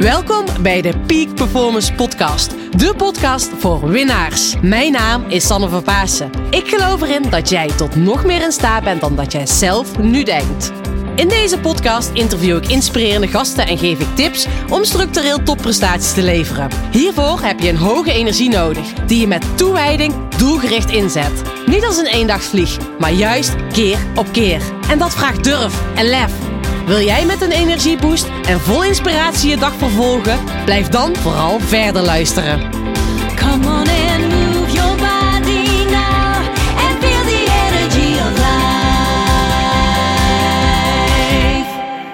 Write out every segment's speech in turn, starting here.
Welkom bij de Peak Performance Podcast. De podcast voor winnaars. Mijn naam is Sanne van Paassen. Ik geloof erin dat jij tot nog meer in staat bent dan dat jij zelf nu denkt. In deze podcast interview ik inspirerende gasten en geef ik tips om structureel topprestaties te leveren. Hiervoor heb je een hoge energie nodig, die je met toewijding doelgericht inzet. Niet als een eendagsvlieg, maar juist keer op keer. En dat vraagt durf en lef. Wil jij met een energieboost en vol inspiratie je dag vervolgen? Blijf dan vooral verder luisteren. Come on and move your body now and feel the energy of life.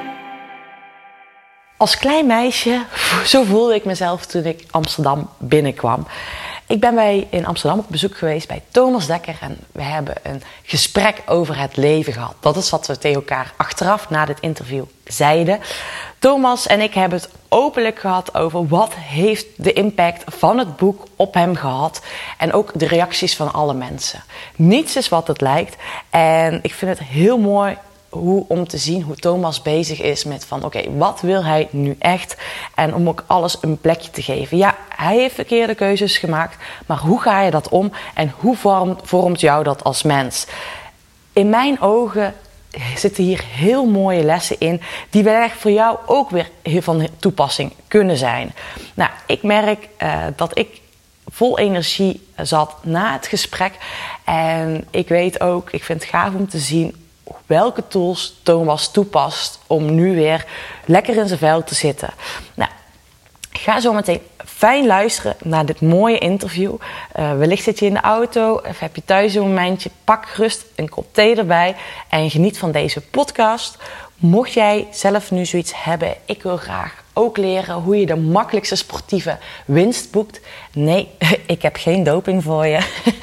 Als klein meisje, zo voelde ik mezelf toen ik Amsterdam binnenkwam. Ik ben in Amsterdam op bezoek geweest bij Thomas Dekker en we hebben een gesprek over het leven gehad. Dat is wat we tegen elkaar achteraf na dit interview zeiden. Thomas en ik hebben het openlijk gehad over wat heeft de impact van het boek op hem gehad. En ook de reacties van alle mensen. Niets is wat het lijkt. En ik vind het heel mooi om te zien hoe Thomas bezig is met van oké, wat wil hij nu echt? En om ook alles een plekje te geven. Ja, hij heeft verkeerde keuzes gemaakt, maar hoe ga je dat om? En hoe vormt jou dat als mens? In mijn ogen zitten hier heel mooie lessen in, die wellicht voor jou ook weer heel van toepassing kunnen zijn. Nou, ik merk dat ik vol energie zat na het gesprek. En ik weet ook, ik vind het gaaf om te zien welke tools Thomas toepast om nu weer lekker in zijn vel te zitten. Nou, ga zo meteen fijn luisteren naar dit mooie interview. Wellicht zit je in de auto of heb je thuis een momentje. Pak gerust een kop thee erbij en geniet van deze podcast. Mocht jij zelf nu zoiets hebben, ik wil graag ook leren hoe je de makkelijkste sportieve winst boekt. Nee, ik heb geen doping voor je.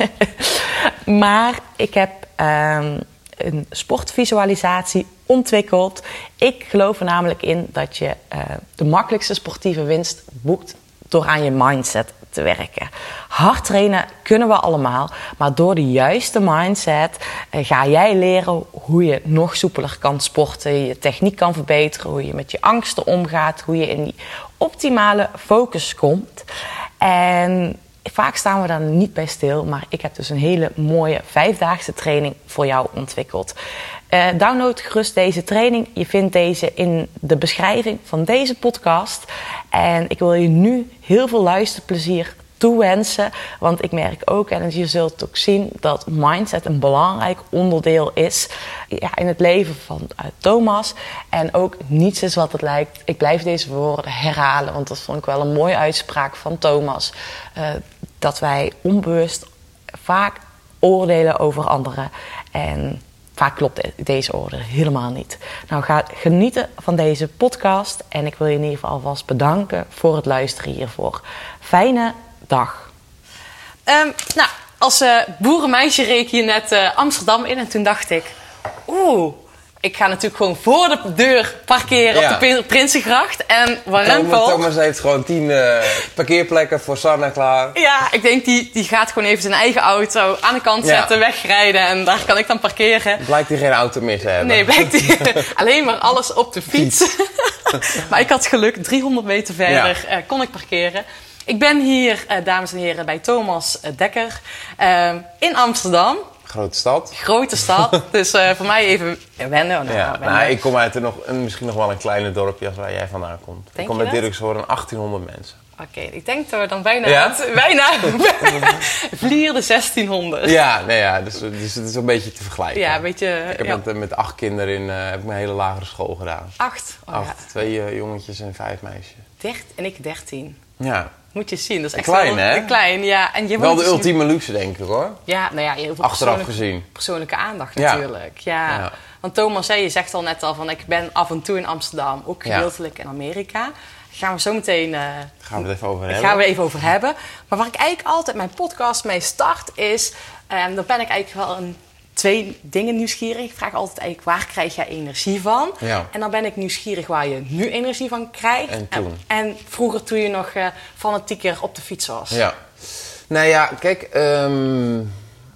Maar ik heb een sportvisualisatie ontwikkeld. Ik geloof er namelijk in dat je de makkelijkste sportieve winst boekt door aan je mindset te werken. Hard trainen kunnen we allemaal, maar door de juiste mindset ga jij leren hoe je nog soepeler kan sporten, je techniek kan verbeteren, hoe je met je angsten omgaat, hoe je in die optimale focus komt. En vaak staan we daar niet bij stil, maar ik heb dus een hele mooie 5-daagse training voor jou ontwikkeld. Download gerust deze training. Je vindt deze in de beschrijving van deze podcast. En ik wil je nu heel veel luisterplezier toewensen. Want ik merk ook, en je zult het ook zien, dat mindset een belangrijk onderdeel is in het leven van Thomas. En ook niets is wat het lijkt. Ik blijf deze woorden herhalen, want dat vond ik wel een mooie uitspraak van Thomas. Dat wij onbewust vaak oordelen over anderen. En vaak klopt deze oordeel helemaal niet. Nou, ga genieten van deze podcast. En ik wil je in ieder geval alvast bedanken voor het luisteren hiervoor. Fijne dag. Nou, als boerenmeisje reed je net Amsterdam in en toen dacht ik, ik ga natuurlijk gewoon voor de deur parkeren op de Prinsengracht. En warempel. Thomas heeft gewoon 10 parkeerplekken voor Sanne klaar. Ja, ik denk die gaat gewoon even zijn eigen auto aan de kant zetten, wegrijden. En daar kan ik dan parkeren. Blijkt hij geen auto meer te hebben. Nee, blijkt hij alleen maar alles op de fiets. Maar ik had geluk, 300 meter verder kon ik parkeren. Ik ben hier, dames en heren, bij Thomas Dekker in Amsterdam. Grote stad. Dus voor mij even wennen. Ik kom uit misschien nog wel een kleine dorpje als waar jij vandaan komt. Ik kom uit Dirkshoorn, 1800 mensen. Oké, ik denk dat we dan bijna vlier de 1600. Dus het is een beetje te vergelijken. Ja, een beetje. Ik heb met 8 kinderen heb ik mijn hele lagere school gedaan. 8? 8, 2 jongetjes en 5 meisjes. En ik 13. Ja. Moet je zien, dat is echt klein, hè? Klein, ja. En je wel de ultieme luxe, denk ik, hoor. Ja, nou ja, heel veel achteraf gezien. Persoonlijke aandacht natuurlijk. Ja. Want Thomas, je zegt al net al van ik ben af en toe in Amsterdam, ook gedeeltelijk in Amerika. Daar gaan we zo meteen gaan we het even over hebben. Maar waar ik eigenlijk altijd mijn podcast mee start is, dan ben ik eigenlijk wel 2 dingen nieuwsgierig. Ik vraag altijd eigenlijk, waar krijg jij energie van? Ja. En dan ben ik nieuwsgierig waar je nu energie van krijgt. En vroeger toen je nog fanatieker op de fiets was. Ja. Nou ja, kijk,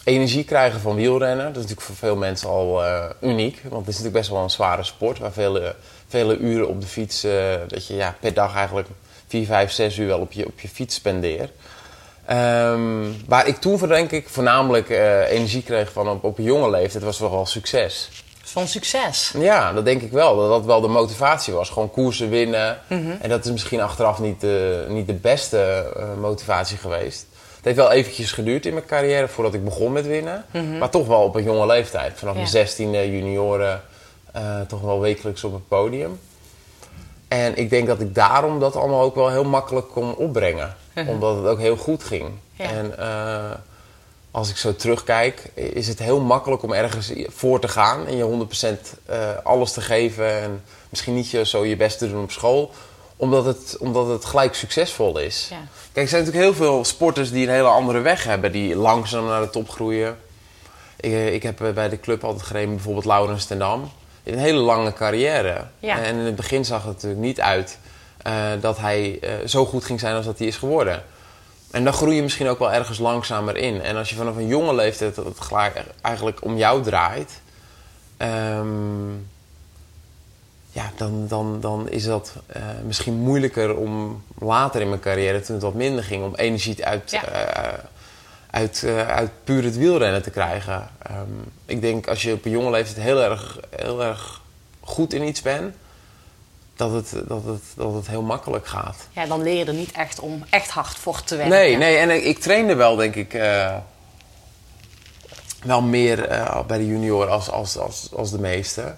energie krijgen van wielrennen. Dat is natuurlijk voor veel mensen al uniek. Want het is natuurlijk best wel een zware sport. Waar vele uren op de fiets... dat je per dag eigenlijk 4, 5, 6 uur wel op je fiets spendeert. Waar ik toen denk ik voornamelijk energie kreeg van op een jonge leeftijd... was toch wel succes. Van succes? Ja, dat denk ik wel. Dat wel de motivatie was. Gewoon koersen winnen. En dat is misschien achteraf niet de beste motivatie geweest. Het heeft wel eventjes geduurd in mijn carrière voordat ik begon met winnen. Maar toch wel op een jonge leeftijd. Vanaf mijn 16e junioren toch wel wekelijks op het podium. En ik denk dat ik daarom dat allemaal ook wel heel makkelijk kon opbrengen. Omdat het ook heel goed ging. Ja. En als ik zo terugkijk, is het heel makkelijk om ergens voor te gaan. En je 100% alles te geven. En misschien niet zo je best te doen op school. Omdat het gelijk succesvol is. Ja. Kijk, er zijn natuurlijk heel veel sporters die een hele andere weg hebben. Die langzaam naar de top groeien. Ik heb bij de club altijd gereden, bijvoorbeeld Laurens ten Dam. Een hele lange carrière. Ja. En in het begin zag het natuurlijk niet uit dat hij zo goed ging zijn als dat hij is geworden. En dan groei je misschien ook wel ergens langzamer in. En als je vanaf een jonge leeftijd het gelijk eigenlijk om jou draait... dan is dat misschien moeilijker om later in mijn carrière, toen het wat minder ging... om energie uit puur het wielrennen te krijgen. Ik denk als je op een jonge leeftijd heel erg goed in iets bent... dat het heel makkelijk gaat. Ja, dan leer je er niet echt om echt hard voor te werken. Nee, en ik trainde wel, denk ik... wel meer bij de junior als de meeste.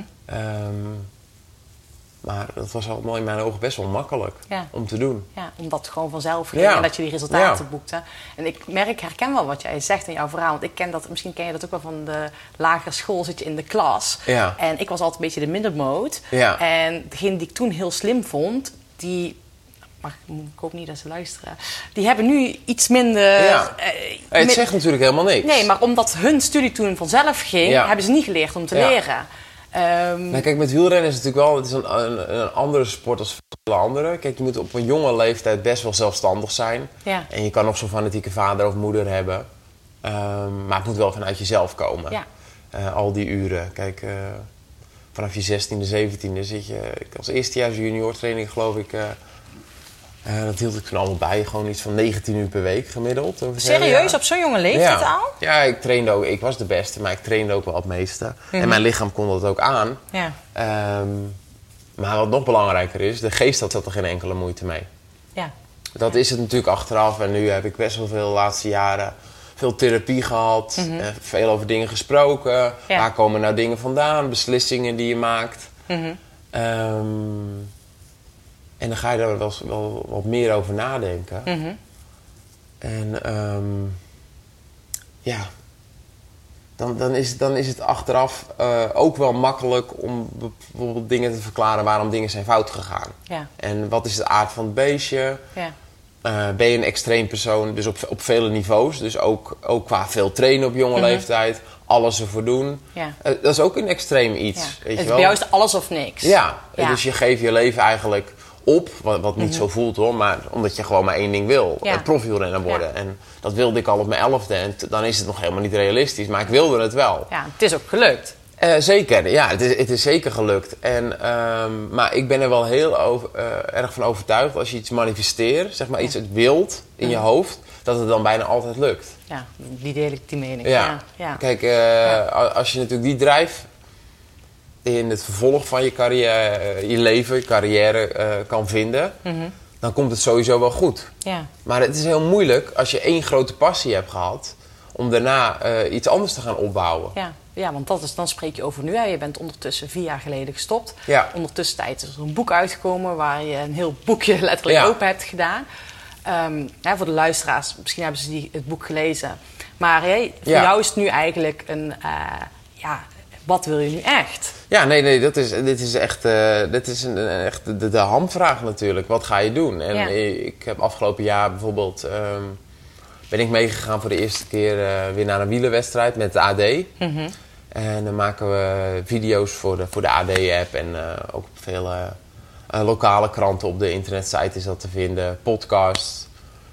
Maar dat was allemaal in mijn ogen best wel makkelijk om te doen. Ja, omdat het gewoon vanzelf ging en dat je die resultaten boekte. En ik herken wel wat jij zegt in jouw verhaal. Want ik ken dat, misschien ken je dat ook wel van de lagere school, zit je in de klas. Ja. En ik was altijd een beetje de middenmoot. Ja. En degene die ik toen heel slim vond, ik hoop niet dat ze luisteren. Die hebben nu iets minder... Het zegt natuurlijk helemaal niks. Nee, maar omdat hun studie toen vanzelf ging, hebben ze niet geleerd om te leren. Kijk, met wielrennen is het natuurlijk wel... Het is een andere sport als veel andere. Kijk, je moet op een jonge leeftijd best wel zelfstandig zijn. Ja. En je kan nog zo'n fanatieke vader of moeder hebben. Maar het moet wel vanuit jezelf komen. Ja. Al die uren. Kijk, vanaf je 16e, 17e zit je... Als eerstejaars junior training geloof ik... dat hield ik toen allemaal bij. Gewoon iets van 19 uur per week gemiddeld. Serieus? Op zo'n jonge leeftijd al? Ja, ik trainde ook. Ik was de beste, maar ik trainde ook wel het meeste. En mijn lichaam kon dat ook aan. Ja. Maar wat nog belangrijker is, de geest had er geen enkele moeite mee. Ja. Dat is het natuurlijk achteraf. En nu heb ik best wel veel de laatste jaren veel therapie gehad. Veel over dingen gesproken. Ja. Waar komen nou dingen vandaan? Beslissingen die je maakt. En dan ga je daar wel wat meer over nadenken. En dan is het achteraf ook wel makkelijk om bijvoorbeeld dingen te verklaren waarom dingen zijn fout gegaan. Ja. En wat is de aard van het beestje? Ja. Ben je een extreem persoon, dus op vele niveaus. Dus ook qua veel trainen op jonge leeftijd. Alles ervoor doen. Ja. Dat is ook een extreem iets. Ja. Weet je wel? Bij jou is het alles of niks. Ja. Dus je geeft je leven eigenlijk op, wat niet zo voelt hoor, maar omdat je gewoon maar één ding wil. Profielrenner worden. Ja. En dat wilde ik al op mijn 11e en dan is het nog helemaal niet realistisch, maar ik wilde het wel. Ja, het is ook gelukt. Zeker, ja, het is zeker gelukt. Maar ik ben er wel heel erg van overtuigd, als je iets manifesteert, zeg maar iets wilt in je hoofd, dat het dan bijna altijd lukt. Ja, die mening. Ja. Kijk, als je natuurlijk die drijf in het vervolg van je carrière, je carrière kan vinden, dan komt het sowieso wel goed. Ja. Maar het is heel moeilijk als je één grote passie hebt gehad, om daarna iets anders te gaan opbouwen. Ja, want dan spreek je over nu. Hè. Je bent ondertussen 4 jaar geleden gestopt. Ja. Ondertussen is er een boek uitgekomen waar je een heel boekje letterlijk open hebt gedaan. Voor de luisteraars, misschien hebben ze het boek gelezen. Maar voor jou is het nu eigenlijk een... wat wil je nu echt? Ja, nee, dit is echt de hamvraag natuurlijk. Wat ga je doen? En ik heb afgelopen jaar bijvoorbeeld... ben ik meegegaan voor de eerste keer weer naar een wielerwedstrijd met de AD. En dan maken we video's voor de AD-app en ook op veel lokale kranten op de internetsite is dat te vinden. Podcasts.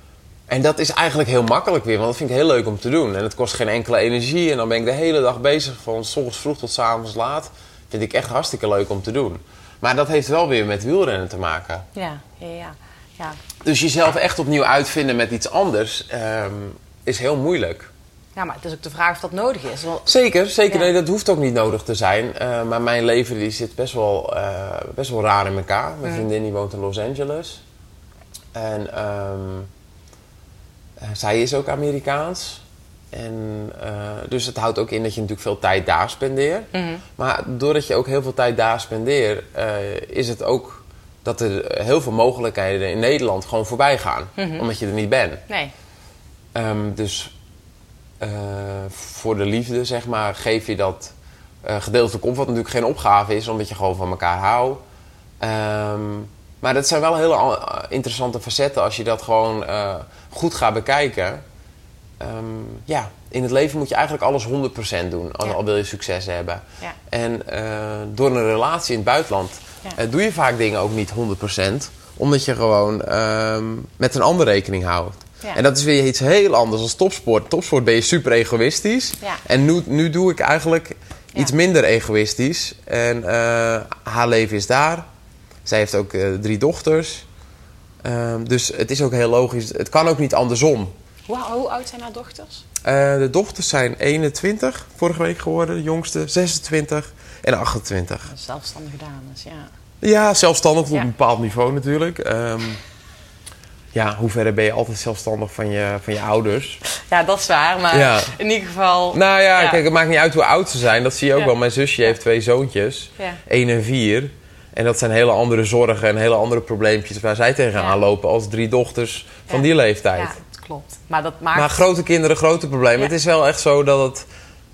En dat is eigenlijk heel makkelijk weer, want dat vind ik heel leuk om te doen. En het kost geen enkele energie en dan ben ik de hele dag bezig, van 's ochtends vroeg tot 's avonds laat. Vind ik echt hartstikke leuk om te doen. Maar dat heeft wel weer met wielrennen te maken. Ja. Dus jezelf echt opnieuw uitvinden met iets anders is heel moeilijk. Ja, maar het is ook de vraag of dat nodig is. Zeker. Ja. Nee, dat hoeft ook niet nodig te zijn. Maar mijn leven die zit best wel raar in elkaar. Mijn vriendin die woont in Los Angeles. En zij is ook Amerikaans. En dus het houdt ook in dat je natuurlijk veel tijd daar spendeert. Mm-hmm. Maar doordat je ook heel veel tijd daar spendeert, is het ook dat er heel veel mogelijkheden in Nederland gewoon voorbij gaan. Mm-hmm. Omdat je er niet bent. Nee. Dus voor de liefde, zeg maar, geef je dat gedeeltelijk op. Wat natuurlijk geen opgave is, omdat je gewoon van elkaar houdt. Maar dat zijn wel hele interessante facetten als je dat gewoon goed gaat bekijken. In het leven moet je eigenlijk alles 100% doen. Al wil je succes hebben. Ja. En door een relatie in het buitenland doe je vaak dingen ook niet 100%. Omdat je gewoon met een ander rekening houdt. Ja. En dat is weer iets heel anders als topsport. Topsport ben je super egoïstisch. Ja. En nu doe ik eigenlijk iets minder egoïstisch. En haar leven is daar. Zij heeft ook 3 dochters. Dus het is ook heel logisch. Het kan ook niet andersom. Hoe oud zijn haar dochters? De dochters zijn 21 vorige week geworden. De jongste 26 en 28. Zelfstandige dames, ja. Ja, zelfstandig op een bepaald niveau natuurlijk. Hoe verder ben je altijd zelfstandig van je ouders? Ja, dat is waar. Maar in ieder geval... Nou ja, kijk, het maakt niet uit hoe oud ze zijn. Dat zie je ook wel. Mijn zusje heeft 2 zoontjes. 1 en 4. En dat zijn hele andere zorgen en hele andere probleempjes waar zij tegenaan lopen als 3 dochters van die leeftijd. Ja, dat klopt. Maar dat maakt... Maar grote kinderen, grote problemen. Ja. Het is wel echt zo dat het...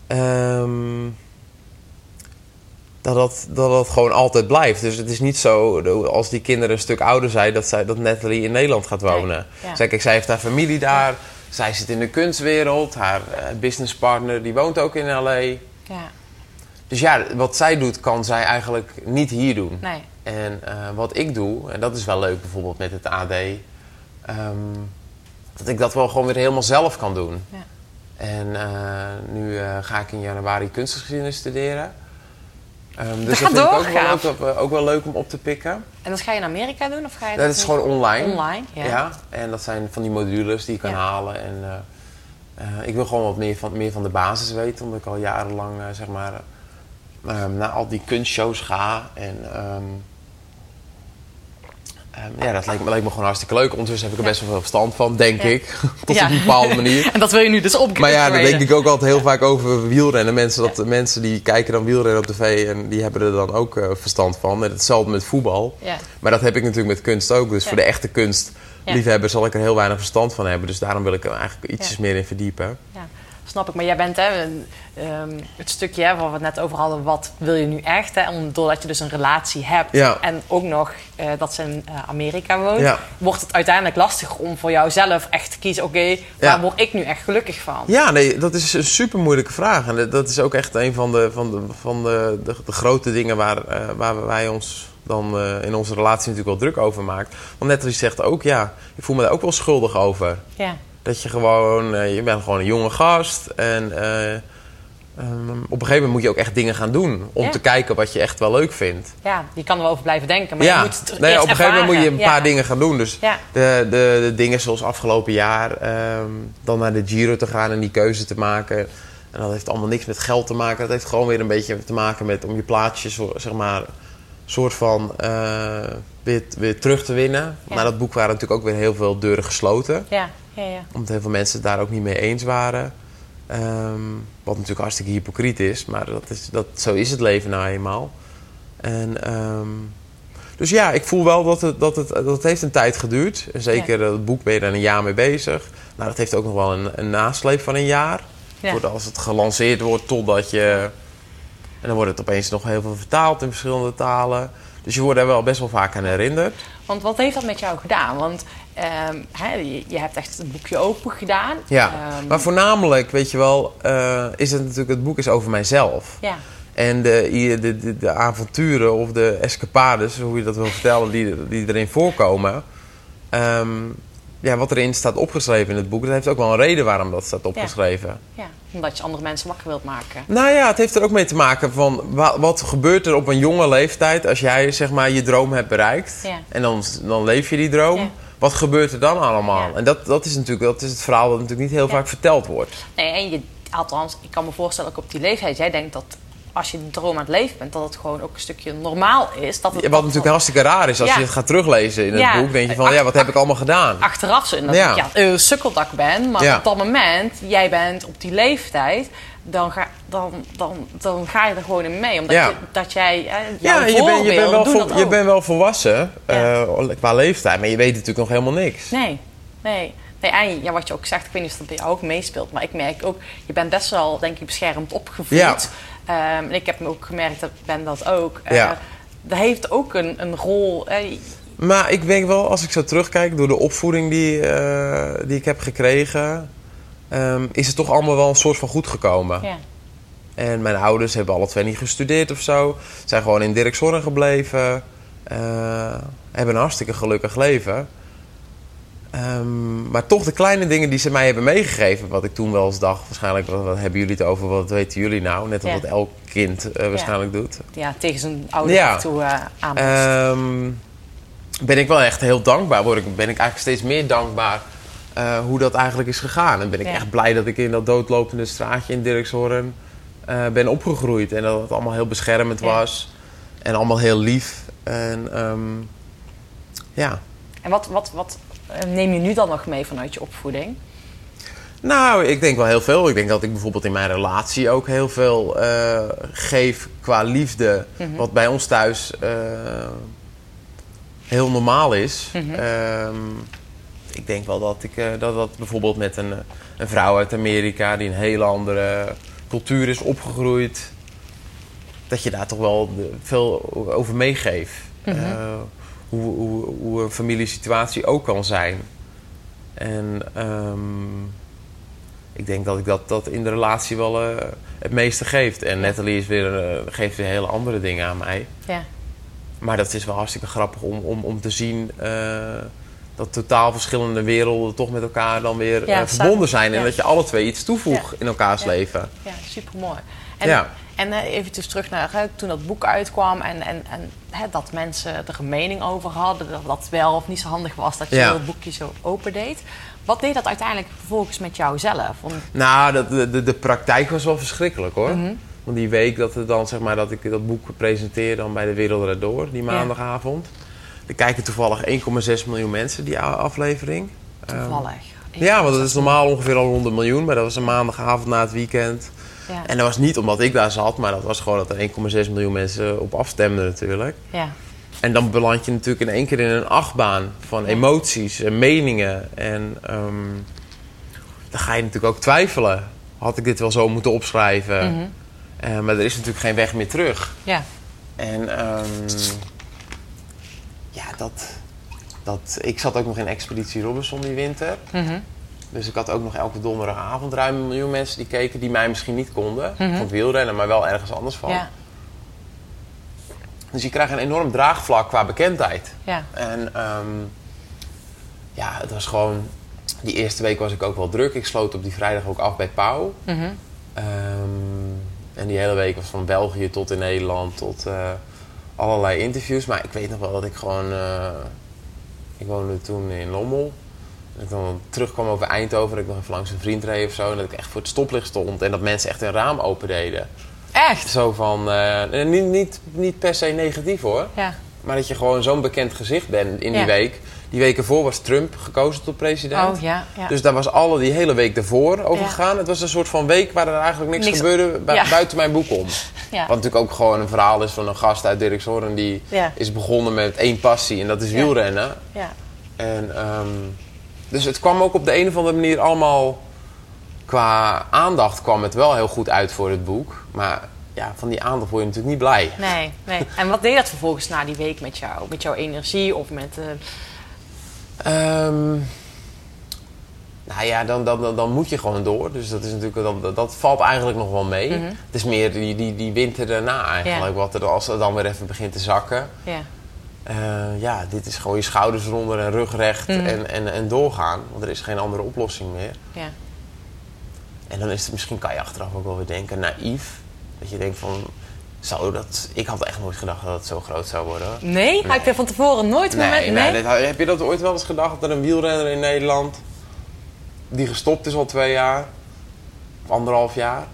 dat gewoon altijd blijft. Dus het is niet zo, als die kinderen een stuk ouder zijn, dat Natalie in Nederland gaat wonen. Nee. Ja. Zij heeft haar familie daar. Ja. Zij zit in de kunstwereld. Haar businesspartner die woont ook in L.A. Ja. Dus wat zij doet, kan zij eigenlijk niet hier doen. Nee. En wat ik doe, en dat is wel leuk bijvoorbeeld met het AD... dat ik dat wel gewoon weer helemaal zelf kan doen. Ja. En nu ga ik in januari kunstgeschiedenis studeren. Dus dat vind ik ook wel leuk om op te pikken. En dat ga je in Amerika doen? Of ga je dat is gewoon online. Online, ja. En dat zijn van die modules die je kan halen. En ik wil gewoon wat meer van de basis weten. Omdat ik al jarenlang naar al die kunstshows ga. En dat lijkt me gewoon hartstikke leuk. Ondertussen heb ik er best wel veel verstand van, denk ik. Tot op een bepaalde manier. En dat wil je nu dus opkrijgen. Maar ja, daar denk ik ook altijd heel vaak over wielrennen. Mensen die kijken dan wielrennen op tv en die hebben er dan ook verstand van. En hetzelfde met voetbal. Ja. Maar dat heb ik natuurlijk met kunst ook. Dus voor de echte kunstliefhebber zal ik er heel weinig verstand van hebben. Dus daarom wil ik er eigenlijk ietsjes meer in verdiepen. Ja. Snap ik, maar jij bent het stukje waar we het net over hadden, wat wil je nu echt? Doordat je dus een relatie hebt en ook nog dat ze in Amerika woont, wordt het uiteindelijk lastiger om voor jou zelf echt te kiezen, waar word ik nu echt gelukkig van? Ja, nee, dat is een super moeilijke vraag. En dat is ook echt een van de grote dingen waar wij ons dan in onze relatie natuurlijk wel druk over maakt. Want Natalie zegt ook, ik voel me daar ook wel schuldig over. Ja. Dat je gewoon, je bent gewoon een jonge gast en op een gegeven moment moet je ook echt dingen gaan doen om te kijken wat je echt wel leuk vindt. Ja, je kan er wel over blijven denken, maar je moet het op een gegeven moment moet je een paar dingen gaan doen. Dus de dingen zoals afgelopen jaar, dan naar de Giro te gaan en die keuze te maken. En dat heeft allemaal niks met geld te maken. Dat heeft gewoon weer een beetje te maken met om je plaatsjes, zeg maar, soort van weer terug te winnen. Ja. Na dat boek waren natuurlijk ook weer heel veel deuren gesloten. Ja. Omdat heel veel mensen het daar ook niet mee eens waren. Wat natuurlijk hartstikke hypocriet is. Maar zo is het leven nou eenmaal. En, dus ik voel wel dat heeft een tijd geduurd. En zeker het boek ben je er een jaar mee bezig. Nou, dat heeft ook nog wel een nasleep van een jaar. Voordat als het gelanceerd wordt totdat je... En dan wordt het opeens nog heel veel vertaald in verschillende talen. Dus je wordt er wel best wel vaak aan herinnerd. Want wat heeft dat met jou gedaan? Want je hebt echt een boekje open gedaan. Ja, maar voornamelijk, weet je wel, is het natuurlijk, het boek is over mijzelf. Ja. En de avonturen of de escapades, hoe je dat wil vertellen, die erin voorkomen... wat erin staat opgeschreven in het boek, dat heeft ook wel een reden waarom dat staat opgeschreven. Ja, omdat je andere mensen wakker wilt maken. Nou ja, het heeft er ook mee te maken van wat gebeurt er op een jonge leeftijd als jij zeg maar je droom hebt bereikt. Ja. En dan leef je die droom. Ja. Wat gebeurt er dan allemaal? Ja. En dat is het verhaal dat natuurlijk niet heel vaak verteld wordt. Nee, en althans, ik kan me voorstellen ook op die leeftijd. Jij denkt dat als je de droom aan het leven bent, dat het gewoon ook een stukje normaal is. Dat het wat natuurlijk hartstikke raar is als je het gaat teruglezen in het boek. Denk je van, wat heb ik allemaal gedaan? Achteraf zo, dat ik sukkeldak ben. Maar op dat moment, jij bent op die leeftijd, dan ga je er gewoon in mee. Omdat je bent wel volwassen qua leeftijd. Maar je weet natuurlijk nog helemaal niks. Nee. En wat je ook zegt, ik weet niet of dat bij jou ook meespeelt. Maar ik merk ook, je bent best wel, denk ik, beschermd opgevoed. Ja. En ik heb me ook gemerkt, dat Ben dat ook. Dat heeft ook een rol. Maar ik denk wel, als ik zo terugkijk, door de opvoeding die ik heb gekregen, is het toch allemaal wel een soort van goed gekomen. Ja. En mijn ouders hebben alle twee niet gestudeerd of zo. Zijn gewoon in Dirkshorn gebleven. Hebben een hartstikke gelukkig leven. Maar toch de kleine dingen die ze mij hebben meegegeven, wat ik toen wel eens dacht, waarschijnlijk, wat hebben jullie het over, wat weten jullie nou? Net als wat elk kind waarschijnlijk doet. Ja, tegen zijn ouders toe aanpast. Ben ik wel echt heel dankbaar. Ben ik eigenlijk steeds meer dankbaar hoe dat eigenlijk is gegaan. En ben ik echt blij dat ik in dat doodlopende straatje in Dirkshorn ben opgegroeid. En dat het allemaal heel beschermend was. En allemaal heel lief. En En wat neem je nu dan nog mee vanuit je opvoeding? Nou, ik denk wel heel veel. Ik denk dat ik bijvoorbeeld in mijn relatie ook heel veel geef qua liefde. Mm-hmm. Wat bij ons thuis heel normaal is. Mm-hmm. Ik denk wel dat bijvoorbeeld met een vrouw uit Amerika die een hele andere cultuur is opgegroeid, dat je daar toch wel veel over meegeeft. Mm-hmm. Hoe een familiesituatie ook kan zijn. En ik denk dat ik dat in de relatie wel het meeste geeft. En Nathalie geeft weer hele andere dingen aan mij. Ja. Maar dat is wel hartstikke grappig om te zien dat totaal verschillende werelden toch met elkaar dan weer verbonden zijn. En dat je alle twee iets toevoegt in elkaars leven. Ja, supermooi. En even terug naar toen dat boek uitkwam en dat mensen er een mening over hadden, dat dat wel of niet zo handig was dat je het boekje zo open deed. Wat deed dat uiteindelijk vervolgens met jou zelf? Nou, de praktijk was wel verschrikkelijk hoor. Mm-hmm. Want die week dat ik dat boek presenteerde dan bij De Wereld Draait Door, die maandagavond. Er kijken toevallig 1,6 miljoen mensen die aflevering. Toevallig? Ja, want het is normaal ongeveer al rond 1 miljoen, maar dat was een maandagavond na het weekend. Ja. En dat was niet omdat ik daar zat, maar dat was gewoon dat er 1,6 miljoen mensen op afstemden natuurlijk. Ja. En dan beland je natuurlijk in één keer in een achtbaan van emoties en meningen. En dan ga je natuurlijk ook twijfelen. Had ik dit wel zo moeten opschrijven? Mm-hmm. Maar er is natuurlijk geen weg meer terug. Ja. En ik zat ook nog in Expeditie Robinson die winter. Mm-hmm. Dus ik had ook nog elke donderdagavond ruim 1 miljoen mensen die keken die mij misschien niet konden. Mm-hmm. Van wielrennen, maar wel ergens anders van. Ja. Dus je krijgt een enorm draagvlak qua bekendheid. Ja. En het was gewoon... Die eerste week was ik ook wel druk. Ik sloot op die vrijdag ook af bij Pauw. Mm-hmm. En die hele week was van België tot in Nederland tot allerlei interviews. Maar ik weet nog wel dat ik gewoon... ik woonde toen in Lommel. Dat ik dan terugkwam over Eindhoven, dat ik nog even langs een vriend reed of zo. En dat ik echt voor het stoplicht stond en dat mensen echt een raam open deden. Echt? Zo van, niet per se negatief hoor. Ja. Maar dat je gewoon zo'n bekend gezicht bent in die week. Die week ervoor was Trump gekozen tot president. Oh, ja. Dus daar was die hele week ervoor over gegaan. Het was een soort van week waar er eigenlijk niks gebeurde buiten mijn boek om. Ja. Wat natuurlijk ook gewoon een verhaal is van een gast uit Dirkshorn die is begonnen met 1 passie en dat is wielrennen. Ja. En... dus het kwam ook op de een of andere manier allemaal... Qua aandacht kwam het wel heel goed uit voor het boek. Maar van die aandacht word je natuurlijk niet blij. Nee. En wat deed dat vervolgens na die week met jou? Met jouw energie of met... Dan moet je gewoon door. Dus dat is natuurlijk, dat valt eigenlijk nog wel mee. Mm-hmm. Het is meer die winter daarna eigenlijk. Wat er als het dan weer even begint te zakken. Ja. dit is gewoon je schouders eronder en rug recht en doorgaan. Want er is geen andere oplossing meer. Ja. En dan is het misschien, kan je achteraf ook wel weer denken, naïef. Dat je denkt van, ik had echt nooit gedacht dat het zo groot zou worden. Nee? Had je van tevoren nooit meer met... Nee? Heb je dat ooit wel eens gedacht, dat er een wielrenner in Nederland, die gestopt is al 2 jaar, of 1,5 jaar.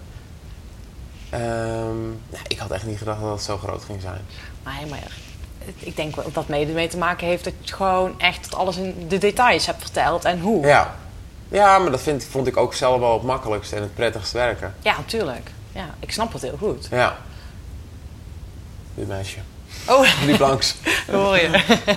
Ik had echt niet gedacht dat het zo groot ging zijn. Nee, maar ik denk wel dat dat mee te maken heeft dat je gewoon echt alles in de details hebt verteld en hoe. Ja, maar dat vond ik ook zelf wel het makkelijkste en het prettigst werken. Ja, natuurlijk. Ja, ik snap het heel goed. Ja. Dit meisje. Oh. Liep langs. Dat hoor je.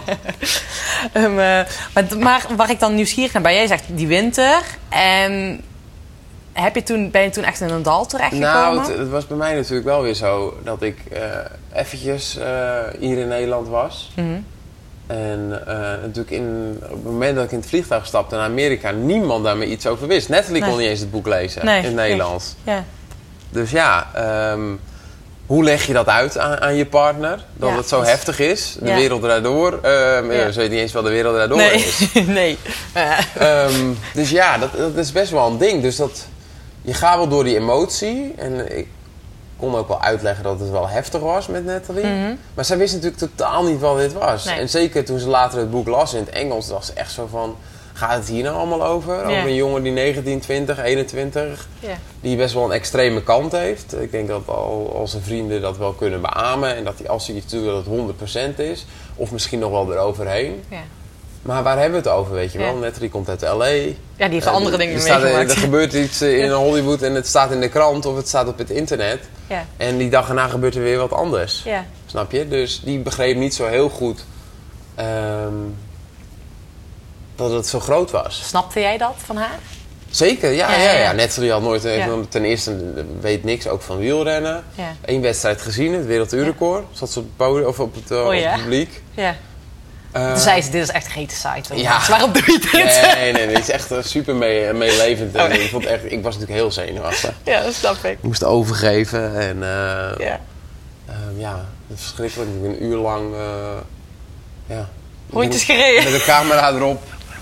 Maar waar ik dan nieuwsgierig naar ben, jij zegt die winter. En ben je toen echt in een dal terechtgekomen? Nou, het was bij mij natuurlijk wel weer zo dat ik eventjes hier in Nederland was. Mm-hmm. En natuurlijk op het moment dat ik in het vliegtuig stapte naar Amerika, niemand daar me iets over wist. Natalie kon niet eens het boek lezen in het Nederlands. Ja. Dus hoe leg je dat uit aan je partner? Dat het zo heftig is? De wereld daardoor. Ze weet niet eens wat de wereld daardoor is. Nee. Dus dat is best wel een ding. Dus je gaat wel door die emotie. En ik kon ook wel uitleggen dat het wel heftig was met Natalie. Mm-hmm. Maar zij wist natuurlijk totaal niet wat dit was. Nee. En zeker toen ze later het boek las in het Engels, was ze echt zo van, gaat het hier nou allemaal over? Over een jongen die 19, 20, 21, die best wel een extreme kant heeft. Ik denk dat al zijn vrienden dat wel kunnen beamen. En dat hij, als hij iets doet, dat het 100% is. Of misschien nog wel eroverheen. Ja. Maar waar hebben we het over, weet je wel? Natalie komt uit L.A. Ja, die heeft andere dingen meegemaakt. Er gebeurt iets in Hollywood en het staat in de krant of het staat op het internet. Ja. En die dag erna gebeurt er weer wat anders. Ja. Snap je? Dus die begreep niet zo heel goed dat het zo groot was. Snapte jij dat van haar? Zeker, ja. Natalie had nooit... Ten eerste weet niks ook van wielrennen. Ja. 1 wedstrijd gezien, het werelduurrecord. Zat ze op het podium of op het publiek. Ja. Toen zei ze, dit is echt geen site. Waarom doe je dit? Nee, het is echt super meelevend. Ik was natuurlijk heel zenuwachtig. Ja, dat snap ik. Ik moest overgeven en het is verschrikkelijk. Ik ben 1 uur lang rondjes gereden. Met een camera erop.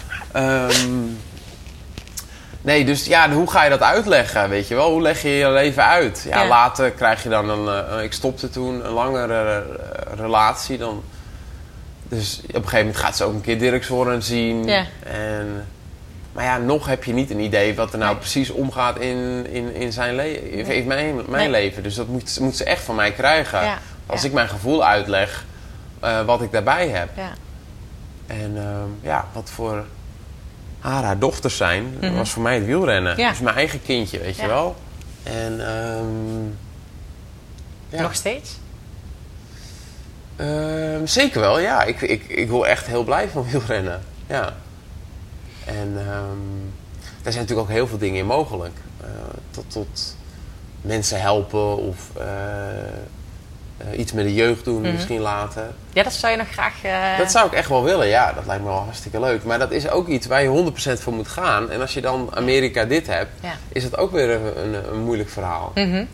Nee, dus hoe ga je dat uitleggen, weet je wel? Hoe leg je je leven uit? Ja, later krijg je dan ik stopte toen een langere relatie dan. Dus op een gegeven moment gaat ze ook een keer Dirkshoorn zien. Ja. Maar nog heb je niet een idee wat er nou precies omgaat in zijn leven, in mijn leven. Dus dat moet ze echt van mij krijgen. Ja. Als ik mijn gevoel uitleg, wat ik daarbij heb. Ja. En wat voor haar dochters zijn, was voor mij het wielrennen. Ja. Dus mijn eigen kindje, weet je wel. En nog steeds? Zeker wel, ja. Ik wil echt heel blij van wielrennen. Ja. En daar zijn natuurlijk ook heel veel dingen in mogelijk. Tot mensen helpen of iets met de jeugd doen misschien later. Ja, dat zou je nog graag... Dat zou ik echt wel willen, ja. Dat lijkt me wel hartstikke leuk. Maar dat is ook iets waar je 100% voor moet gaan. En als je dan Amerika dit hebt, is het ook weer een moeilijk verhaal. En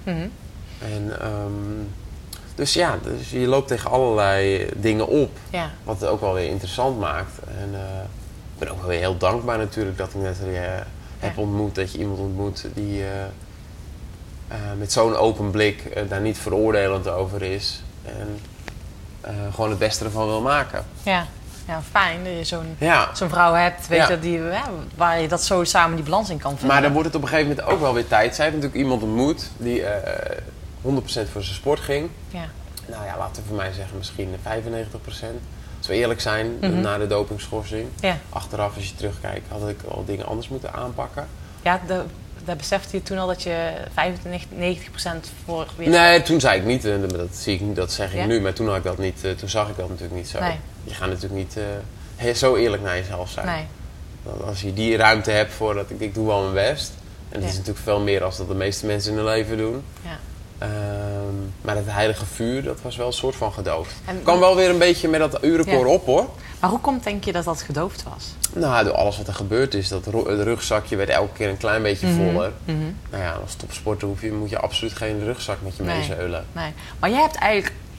dus je loopt tegen allerlei dingen op. Ja. Wat het ook wel weer interessant maakt. En ik ben ook wel weer heel dankbaar natuurlijk dat ik net heb ontmoet. Dat je iemand ontmoet die met zo'n open blik daar niet veroordelend over is. En gewoon het beste ervan wil maken. Ja, fijn dat je zo'n vrouw hebt, weet je, waar je dat zo samen die balans in kan vinden. Maar dan wordt het op een gegeven moment ook wel weer tijd. Zij heeft natuurlijk iemand ontmoet die 100% voor zijn sport ging. Ja. Nou ja, laten we voor mij zeggen misschien 95%. Als we eerlijk zijn, na de dopingschorsing. Ja. Achteraf, als je terugkijkt, had ik al dingen anders moeten aanpakken. Ja, daar besefte je toen al dat je 95% voor weer... Nee, toen zei ik niet. Dat zeg ik nu. Maar toen had ik dat niet. Toen zag ik dat natuurlijk niet zo. Nee. Je gaat natuurlijk niet zo eerlijk naar jezelf zijn. Nee. Als je die ruimte hebt voor dat ik doe wel mijn best. En dat is natuurlijk veel meer dan dat de meeste mensen in hun leven doen. Ja. Maar het heilige vuur, dat was wel een soort van gedoofd. Het kwam wel weer een beetje met dat urenkoor op, hoor. Maar hoe komt, denk je, dat gedoofd was? Nou, door alles wat er gebeurd is. Het rugzakje werd elke keer een klein beetje voller. Nou ja, als topsporter moet je absoluut geen rugzak met je meezeulen. Nee. Maar jij hebt eigenlijk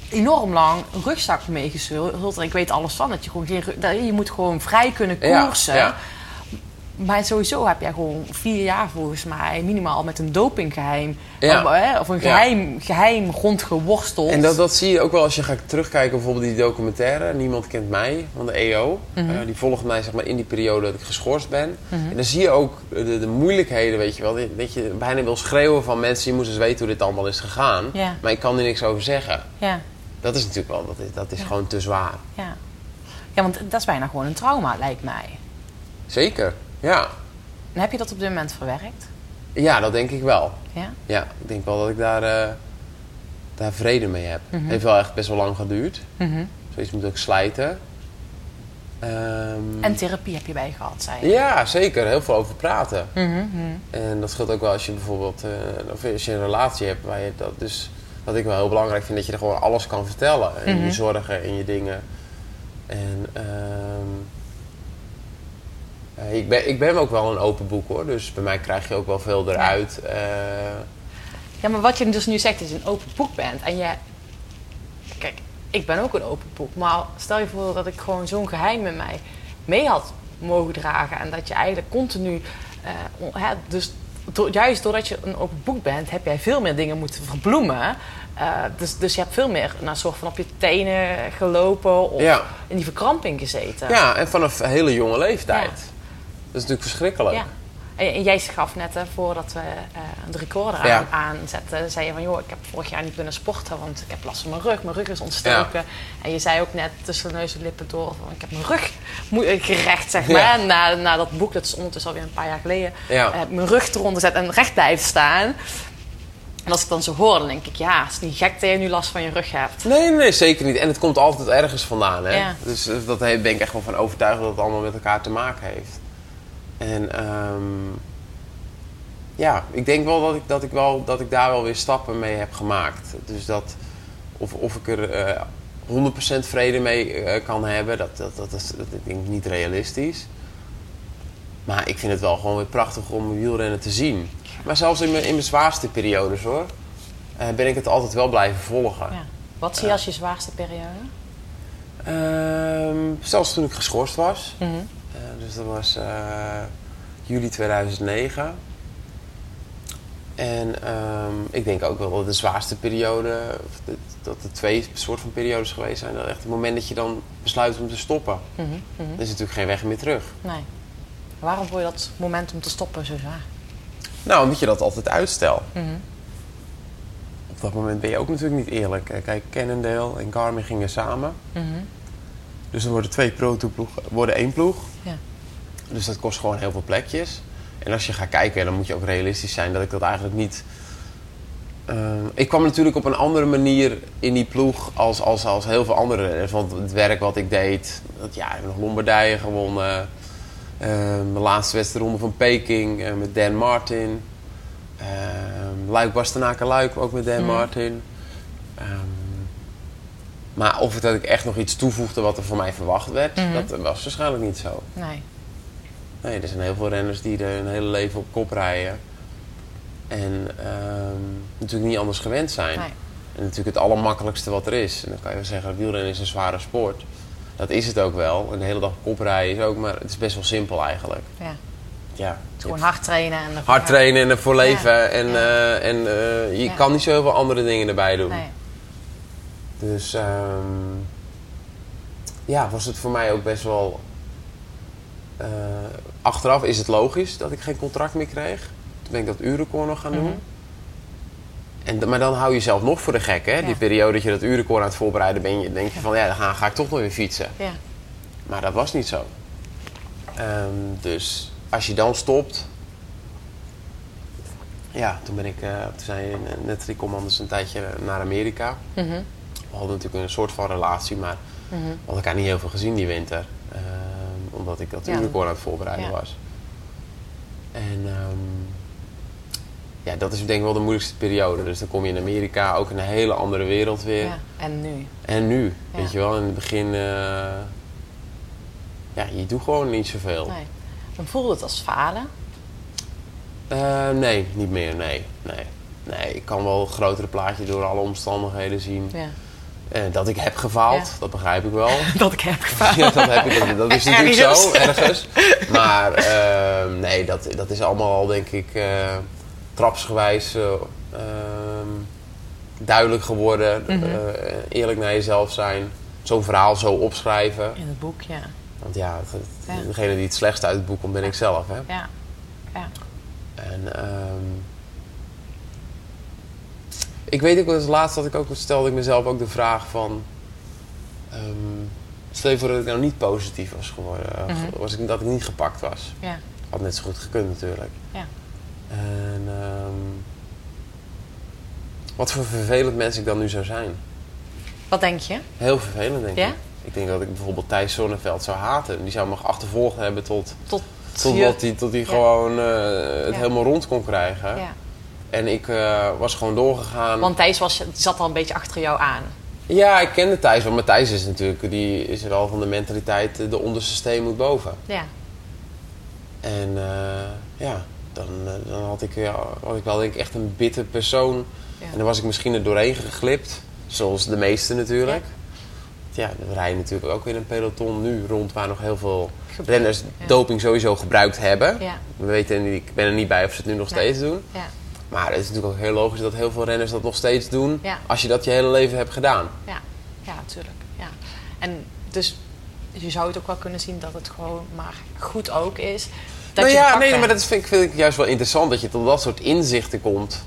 enorm lang een rugzak meegesleurd. En ik weet alles van, dat je gewoon je moet gewoon vrij kunnen koersen. Ja. Maar sowieso heb jij gewoon 4 jaar volgens mij minimaal met een dopinggeheim of een geheim rondgeworsteld. En dat zie je ook wel als je gaat terugkijken, bijvoorbeeld die documentaire Niemand Kent Mij van de EO. Die volgt mij zeg maar in die periode dat ik geschorst ben. En dan zie je ook de moeilijkheden, weet je wel. Dat je bijna wil schreeuwen van mensen, je moet eens weten hoe dit allemaal is gegaan. Ja. Maar ik kan er niks over zeggen. Ja. Dat is natuurlijk wel, dat is gewoon te zwaar. Ja. Ja, want dat is bijna gewoon een trauma, lijkt mij. Zeker, ja. En heb je dat op dit moment verwerkt? Ja, dat denk ik wel. Ja? Ja, ik denk wel dat ik daar vrede mee heb. Het heeft wel echt best wel lang geduurd. Zoiets moet ook slijten. En therapie heb je bij gehad, zei je? Ja, zeker. Heel veel over praten. En dat scheelt ook wel als je bijvoorbeeld of als je een relatie hebt waar je dat dus... Wat ik wel heel belangrijk vind, dat je er gewoon alles kan vertellen. En je zorgen en je dingen. En ik ben ook wel een open boek hoor. Dus bij mij krijg je ook wel veel eruit. Ja, maar wat je dus nu zegt is een open boek bent. En kijk, ik ben ook een open boek. Maar stel je voor dat ik gewoon zo'n geheim met mij mee had mogen dragen. En dat je eigenlijk continu... juist doordat je een open boek bent, heb jij veel meer dingen moeten verbloemen. Dus je hebt veel meer een soort van op je tenen gelopen of in die verkramping gezeten. Ja, en vanaf een hele jonge leeftijd. Ja. Dat is natuurlijk verschrikkelijk. Ja. En jij gaf net, voordat we de recorder aanzetten, zei je van, joh, ik heb vorig jaar niet kunnen sporten, want ik heb last van mijn rug is ontstoken. Ja. En je zei ook net tussen neus en lippen door, van, ik heb mijn rug gerecht, zeg maar. Ja. Na dat boek, dat is ondertussen alweer een paar jaar geleden, heb mijn rug eronder gezet en recht blijven staan. En als ik dan zo hoor, dan denk ik, ja, het is niet gek dat je nu last van je rug hebt. Nee, zeker niet. En het komt altijd ergens vandaan, hè. Ja. Dus dat ben ik echt wel van overtuigd dat het allemaal met elkaar te maken heeft. En ik denk wel dat ik daar wel weer stappen mee heb gemaakt. Dus dat of ik er 100% vrede mee kan hebben, dat is ik denk niet realistisch. Maar ik vind het wel gewoon weer prachtig om wielrennen te zien. Maar zelfs in mijn zwaarste periodes hoor, ben ik het altijd wel blijven volgen. Ja. Wat zie je als je zwaarste periode? Zelfs toen ik geschorst was. Dus dat was juli 2009. En ik denk ook wel dat de zwaarste periode, dat er 2 soort van periodes geweest zijn. Dat echt het moment dat je dan besluit om te stoppen. Er is natuurlijk geen weg meer terug. Nee. Waarom vond je dat moment om te stoppen zo zwaar? Nou, omdat je dat altijd uitstelt. Op dat moment ben je ook natuurlijk niet eerlijk. Kijk, Cannondale en Garmin gingen samen. Dus dan worden 2 pro-tourploegen, worden 1 ploeg. Ja. Dus dat kost gewoon heel veel plekjes. En als je gaat kijken, dan moet je ook realistisch zijn dat ik dat eigenlijk niet... ik kwam natuurlijk op een andere manier in die ploeg als heel veel anderen. Want het werk wat ik deed, ik heb nog Lombardije gewonnen. Mijn laatste wedstrijdronde van Peking met Dan Martin. Luik-Bastenaken-Luik ook met Dan Martin. Maar of dat ik echt nog iets toevoegde wat er van mij verwacht werd, dat was waarschijnlijk niet zo. Nee, er zijn heel veel renners die er hun hele leven op kop rijden. En natuurlijk niet anders gewend zijn. Nee. En natuurlijk het allermakkelijkste wat er is. En dan kan je wel zeggen, wielrennen is een zware sport. Dat is het ook wel. En de hele dag op kop rijden is ook, maar het is best wel simpel eigenlijk. Ja. Gewoon hard trainen. En hard trainen en ervoor leven. Ja. En je kan niet zo heel veel andere dingen erbij doen. Nee. Dus was het voor mij ook best wel... achteraf is het logisch dat ik geen contract meer kreeg. Toen ben ik dat uurrecord nog gaan doen. Maar dan hou je jezelf nog voor de gek, hè? Ja. Die periode dat je dat uurrecord aan het voorbereiden ben, denk je van, dan ga ik toch nog weer fietsen. Ja. Maar dat was niet zo. Dus als je dan stopt... Ja, toen zijn Natalie Commanders een tijdje naar Amerika. We hadden natuurlijk een soort van relatie, maar we hadden elkaar niet heel veel gezien die winter. Omdat ik dat uurrecord aan het voorbereiden was. En dat is denk ik wel de moeilijkste periode. Dus dan kom je in Amerika, ook in een hele andere wereld weer. Ja, en nu. Weet je wel. In het begin, je doet gewoon niet zoveel. Nee. Dan voelde het als falen? Nee, niet meer, nee. Ik kan wel het grotere plaatje door alle omstandigheden zien. Ja. Dat ik heb gefaald, dat begrijp ik wel. Dat ik heb gefaald. Ja, dat is natuurlijk zo, ergens. Maar nee, dat is allemaal al, denk ik, trapsgewijs duidelijk geworden. Eerlijk naar jezelf zijn. Zo'n verhaal zo opschrijven. In het boek, ja. Want ja, degene die het slechtst uit het boek komt, ben ik zelf. Hè? Ja. En ik weet ook wel eens laatst dat stelde ik mezelf ook de vraag van... stel je voor dat ik nou niet positief was geworden. Dat ik niet gepakt was. Ja. Had net zo goed gekund natuurlijk. Ja. En wat voor vervelend mens ik dan nu zou zijn. Wat denk je? Heel vervelend, denk Ja? ik. Ik denk dat ik bijvoorbeeld Thijs Zonneveld zou haten. Die zou me achtervolgd hebben tot hij gewoon het helemaal rond kon krijgen. Ja. En ik was gewoon doorgegaan. Want Thijs zat al een beetje achter jou aan. Ja, ik kende Thijs wel. Maar Thijs is natuurlijk, die is er al van de mentaliteit, de onderste steen moet boven. Ja. En dan had ik wel denk ik echt een bitter persoon. Ja. En dan was ik misschien er doorheen geglipt. Zoals de meesten natuurlijk. Ja, we rijden natuurlijk ook in een peloton nu rond waar nog heel veel renners doping sowieso gebruikt hebben. Ja. Ik ben er niet bij of ze het nu nog steeds doen. Ja. Maar het is natuurlijk ook heel logisch dat heel veel renners dat nog steeds doen. Ja. Als je dat je hele leven hebt gedaan. Ja, natuurlijk. Ja. En dus je zou het ook wel kunnen zien dat het gewoon maar goed ook is. Maar dat vind ik juist wel interessant. Dat je tot dat soort inzichten komt.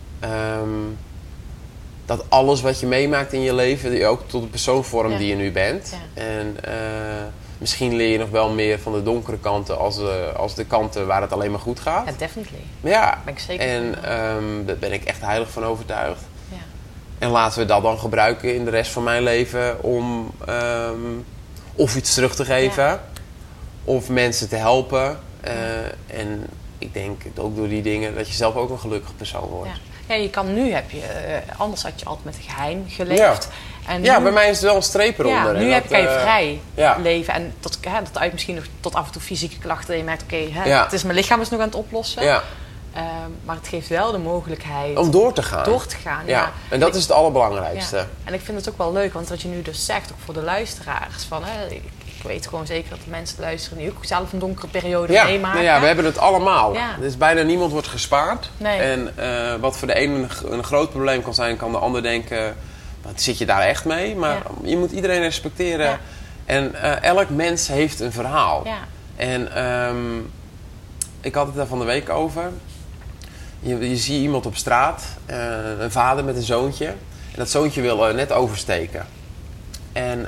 Dat alles wat je meemaakt in je leven, je ook tot de persoon vormt die je nu bent. Ja. En misschien leer je nog wel meer van de donkere kanten als de kanten waar het alleen maar goed gaat. Ja, definitely. Ja, ben ik zeker. En daar ben ik echt heilig van overtuigd. Ja. En laten we dat dan gebruiken in de rest van mijn leven om of iets terug te geven of mensen te helpen. En ik denk ook door die dingen dat je zelf ook een gelukkig persoon wordt. Ja, je kan nu anders had je altijd met een geheim geleefd. Ja. En nu, bij mij is het wel een streep eronder. Ja, nu kan je vrij leven. En dat uit misschien nog tot af en toe fysieke klachten. En je merkt, het is mijn lichaam is nog aan het oplossen. Ja. Maar het geeft wel de mogelijkheid om door te gaan. Ja. En dat is het allerbelangrijkste. Ja. En ik vind het ook wel leuk, want wat je nu dus zegt, ook voor de luisteraars. Van, ik weet gewoon zeker dat de mensen luisteren die ook zelf een donkere periode meemaken. Ja, we hebben het allemaal. Ja. Dus bijna niemand wordt gespaard. Nee. En wat voor de een een groot probleem kan zijn, kan de ander denken, wat zit je daar echt mee? Maar je moet iedereen respecteren. Ja. En elk mens heeft een verhaal. Ja. En ik had het daar van de week over. Je ziet iemand op straat, een vader met een zoontje. En dat zoontje wil net oversteken. En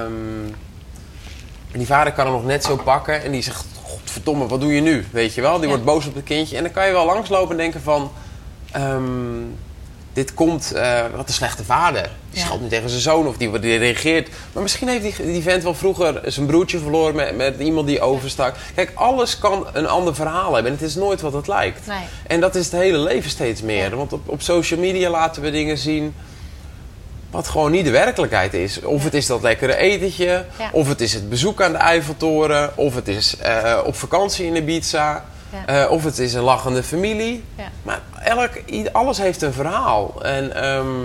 die vader kan hem nog net zo pakken en die zegt, godverdomme, wat doe je nu? Weet je wel, die wordt boos op het kindje. En dan kan je wel langslopen en denken van, dit komt, wat een slechte vader. Die schalt nu tegen zijn zoon of die reageert. Maar misschien heeft die vent wel vroeger zijn broertje verloren met iemand die overstak. Kijk, alles kan een ander verhaal hebben en het is nooit wat het lijkt. Nee. En dat is het hele leven steeds meer. Ja. Want op social media laten we dingen zien wat gewoon niet de werkelijkheid is. Of het is dat lekkere etentje, of het is het bezoek aan de Eiffeltoren, of het is op vakantie in Ibiza, of het is een lachende familie. Ja. Maar alles heeft een verhaal. En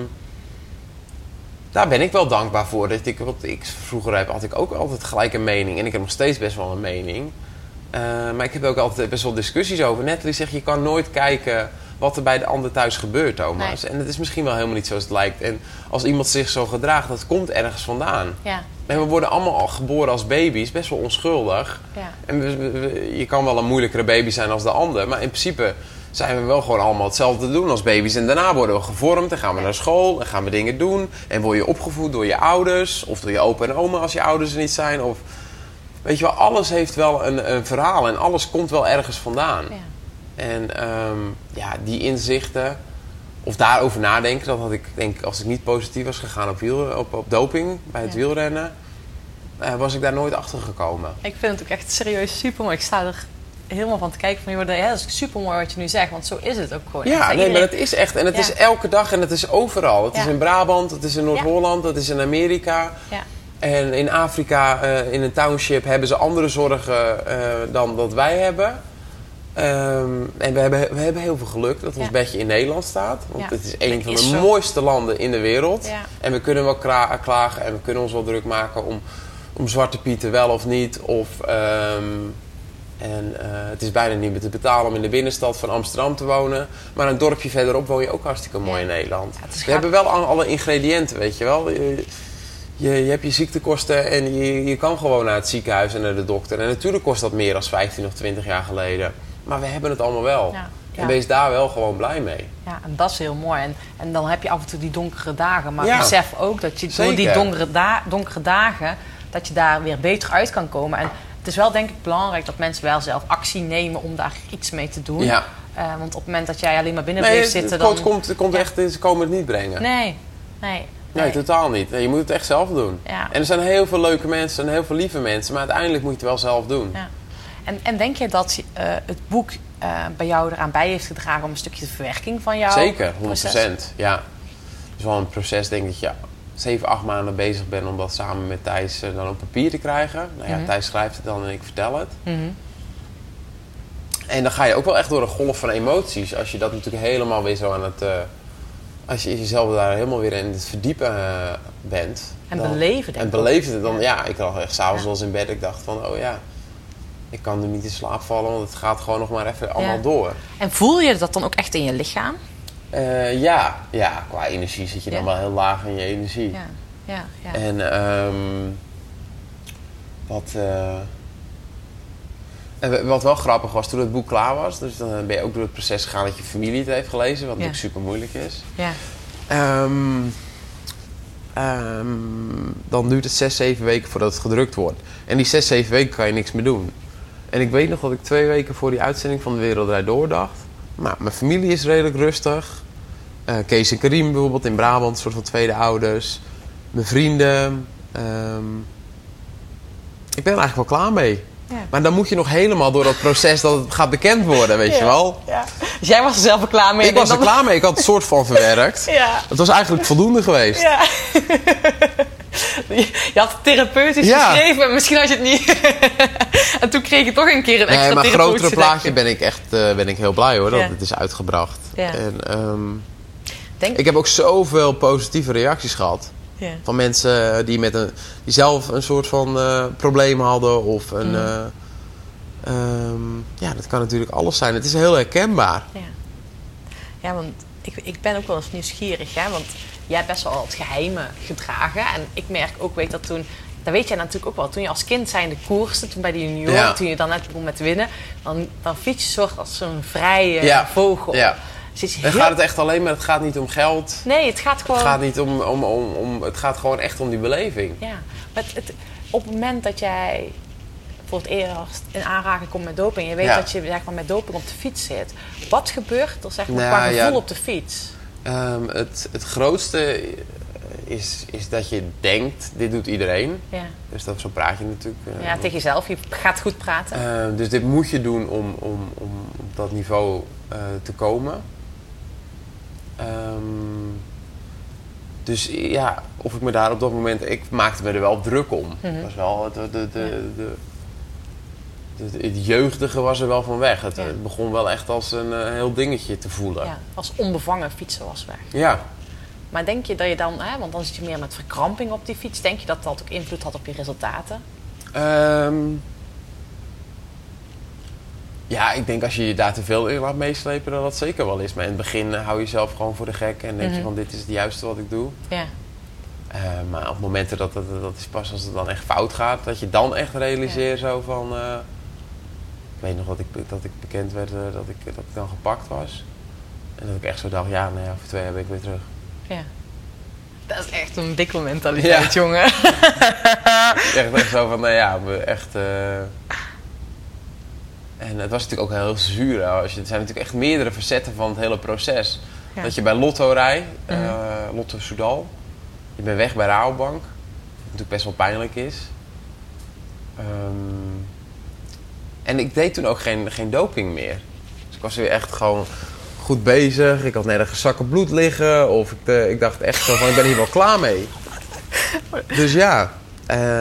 daar ben ik wel dankbaar voor. Vroeger had ik ook altijd gelijk een mening. En ik heb nog steeds best wel een mening. Maar ik heb ook altijd best wel discussies over. Natalie zegt, je kan nooit kijken wat er bij de ander thuis gebeurt, Thomas. Nee. En het is misschien wel helemaal niet zoals het lijkt. En als iemand zich zo gedraagt, dat komt ergens vandaan. Ja. En we worden allemaal al geboren als baby's, best wel onschuldig. Ja. En je kan wel een moeilijkere baby zijn als de ander. Maar in principe zijn we wel gewoon allemaal hetzelfde te doen als baby's. En daarna worden we gevormd en gaan we naar school en gaan we dingen doen. En word je opgevoed door je ouders of door je opa en oma als je ouders er niet zijn. Of, weet je wel, alles heeft wel een verhaal en alles komt wel ergens vandaan. Ja. En die inzichten, of daarover nadenken, dat had ik denk als ik niet positief was gegaan op doping bij het wielrennen, was ik daar nooit achter gekomen. Ik vind het ook echt serieus super mooi. Ik sta er helemaal van te kijken van, dat is super mooi wat je nu zegt, want zo is het ook gewoon. Ja, maar het is echt. En het is elke dag en het is overal. Het is in Brabant, het is in Noord-Holland, het is in Amerika. Ja. En in Afrika, in een township, hebben ze andere zorgen dan dat wij hebben. En we hebben heel veel geluk dat ons bedje in Nederland staat. Want het is een van de mooiste landen in de wereld. Ja. En we kunnen wel klagen en we kunnen ons wel druk maken om Zwarte Pieten wel of niet. Het is bijna niet meer te betalen om in de binnenstad van Amsterdam te wonen. Maar een dorpje verderop woon je ook hartstikke mooi in Nederland. Ja, we hebben wel alle ingrediënten, weet je wel. Je hebt je ziektekosten en je kan gewoon naar het ziekenhuis en naar de dokter. En natuurlijk kost dat meer dan 15 of 20 jaar geleden. Maar we hebben het allemaal wel. Ja. En wees daar wel gewoon blij mee. Ja, en dat is heel mooi. En dan heb je af en toe die donkere dagen. Maar besef ook dat je door die donkere dagen... dat je daar weer beter uit kan komen. En het is wel denk ik belangrijk dat mensen wel zelf actie nemen... om daar iets mee te doen. Ja. Want op het moment dat jij alleen maar binnen blijft zitten... Ze komen het niet brengen. Nee, totaal niet. Nee, je moet het echt zelf doen. Ja. En er zijn heel veel leuke mensen en heel veel lieve mensen... maar uiteindelijk moet je het wel zelf doen. Ja. En denk je dat het boek bij jou eraan bij heeft gedragen... om een stukje de verwerking van jouw Zeker, 100%. proces? Ja. Het is wel een proces, denk ik, dat je 7-8 maanden bezig bent... om dat samen met Thijs dan op papier te krijgen. Nou ja, Thijs schrijft het dan en ik vertel het. Mm-hmm. En dan ga je ook wel echt door een golf van emoties... als je dat natuurlijk helemaal weer zo aan het... als je jezelf daar helemaal weer in het verdiepen bent... En beleven, denk ik. En beleven het dan, ik lag echt s'avonds wel eens in bed. Ik dacht van, ik kan nu niet in slaap vallen... want het gaat gewoon nog maar even allemaal door. En voel je dat dan ook echt in je lichaam? Qua energie zit je dan wel heel laag in je energie. Ja. En wat wel grappig was, toen het boek klaar was... dus dan ben je ook door het proces gegaan dat je familie het heeft gelezen... wat natuurlijk super moeilijk is. Ja. Dan duurt het 6-7 weken voordat het gedrukt wordt. En die 6-7 weken kan je niks meer doen. En ik weet nog dat ik 2 weken voor die uitzending van De Wereld Draait Door dacht... nou, mijn familie is redelijk rustig. Kees en Karim bijvoorbeeld in Brabant, een soort van tweede ouders. Mijn vrienden. Ik ben er eigenlijk wel klaar mee. Ja. Maar dan moet je nog helemaal door dat proces dat het gaat bekend worden, weet je wel. Ja. Dus jij was er zelf al klaar mee? Ik was er klaar mee. Ik had het soort van verwerkt. Ja. Het was eigenlijk voldoende geweest. Ja. Je had het therapeutisch geschreven en misschien had je het niet. En toen kreeg je toch een keer een extra therapeutische... maar grotere plaatje ben ik heel blij hoor, dat het is uitgebracht. Ja. En, ik heb ook zoveel positieve reacties gehad. Ja. Van mensen die zelf een soort van probleem hadden of dat kan natuurlijk alles zijn. Het is heel herkenbaar. Ja, want ik ben ook wel eens nieuwsgierig, hè? Want jij hebt best wel het geheime gedragen. En ik merk ook, dat weet jij natuurlijk ook wel. Toen je als kind zijnde koerste, toen bij de junioren, toen je dan net begon met winnen, dan fiets je soort als zo'n vrije vogel. Ja. Dan gaat het echt alleen maar, het gaat niet om geld. Nee, het gaat gewoon... Het gaat niet het gaat gewoon echt om die beleving. Ja, maar op het moment dat jij voor het eerst in aanraking komt met doping... je weet dat je met doping op de fiets zit... wat gebeurt er qua gevoel op de fiets? Het grootste is dat je denkt, dit doet iedereen. Ja. Dus zo praat je natuurlijk. Tegen jezelf, je gaat goed praten. Dus dit moet je doen om op dat niveau te komen. Dus of ik me daar op dat moment... Ik maakte me er wel druk om. Mm-hmm. Was wel het jeugdige was er wel van weg. Het begon wel echt als een heel dingetje te voelen. Ja, als onbevangen fietsen was weg. Ja. Maar denk je dat je dan... want dan zit je meer met verkramping op die fiets. Denk je dat dat ook invloed had op je resultaten? Ja, ik denk als je je daar te veel in laat meeslepen, dat zeker wel is. Maar in het begin hou je jezelf gewoon voor de gek en denk je van dit is het juiste wat ik doe. Ja. Maar op momenten dat is pas als het dan echt fout gaat, dat je dan echt realiseert zo van... ik weet nog dat ik bekend werd dat ik dan gepakt was. En dat ik echt zo dacht, over 2 jaar ben ik weer terug. Ja. Dat is echt een bikkelmentaliteit, jongen. echt zo van, echt... En het was natuurlijk ook heel zuur. Er zijn natuurlijk echt meerdere facetten van het hele proces. Ja. Dat je bij Lotto rijdt, Lotto Soudal. Je bent weg bij Rabobank. Wat natuurlijk best wel pijnlijk is. En ik deed toen ook geen doping meer. Dus ik was weer echt gewoon goed bezig. Ik had nergens zakken bloed liggen. Of ik dacht echt zo van, ik ben hier wel klaar mee. Dus ja...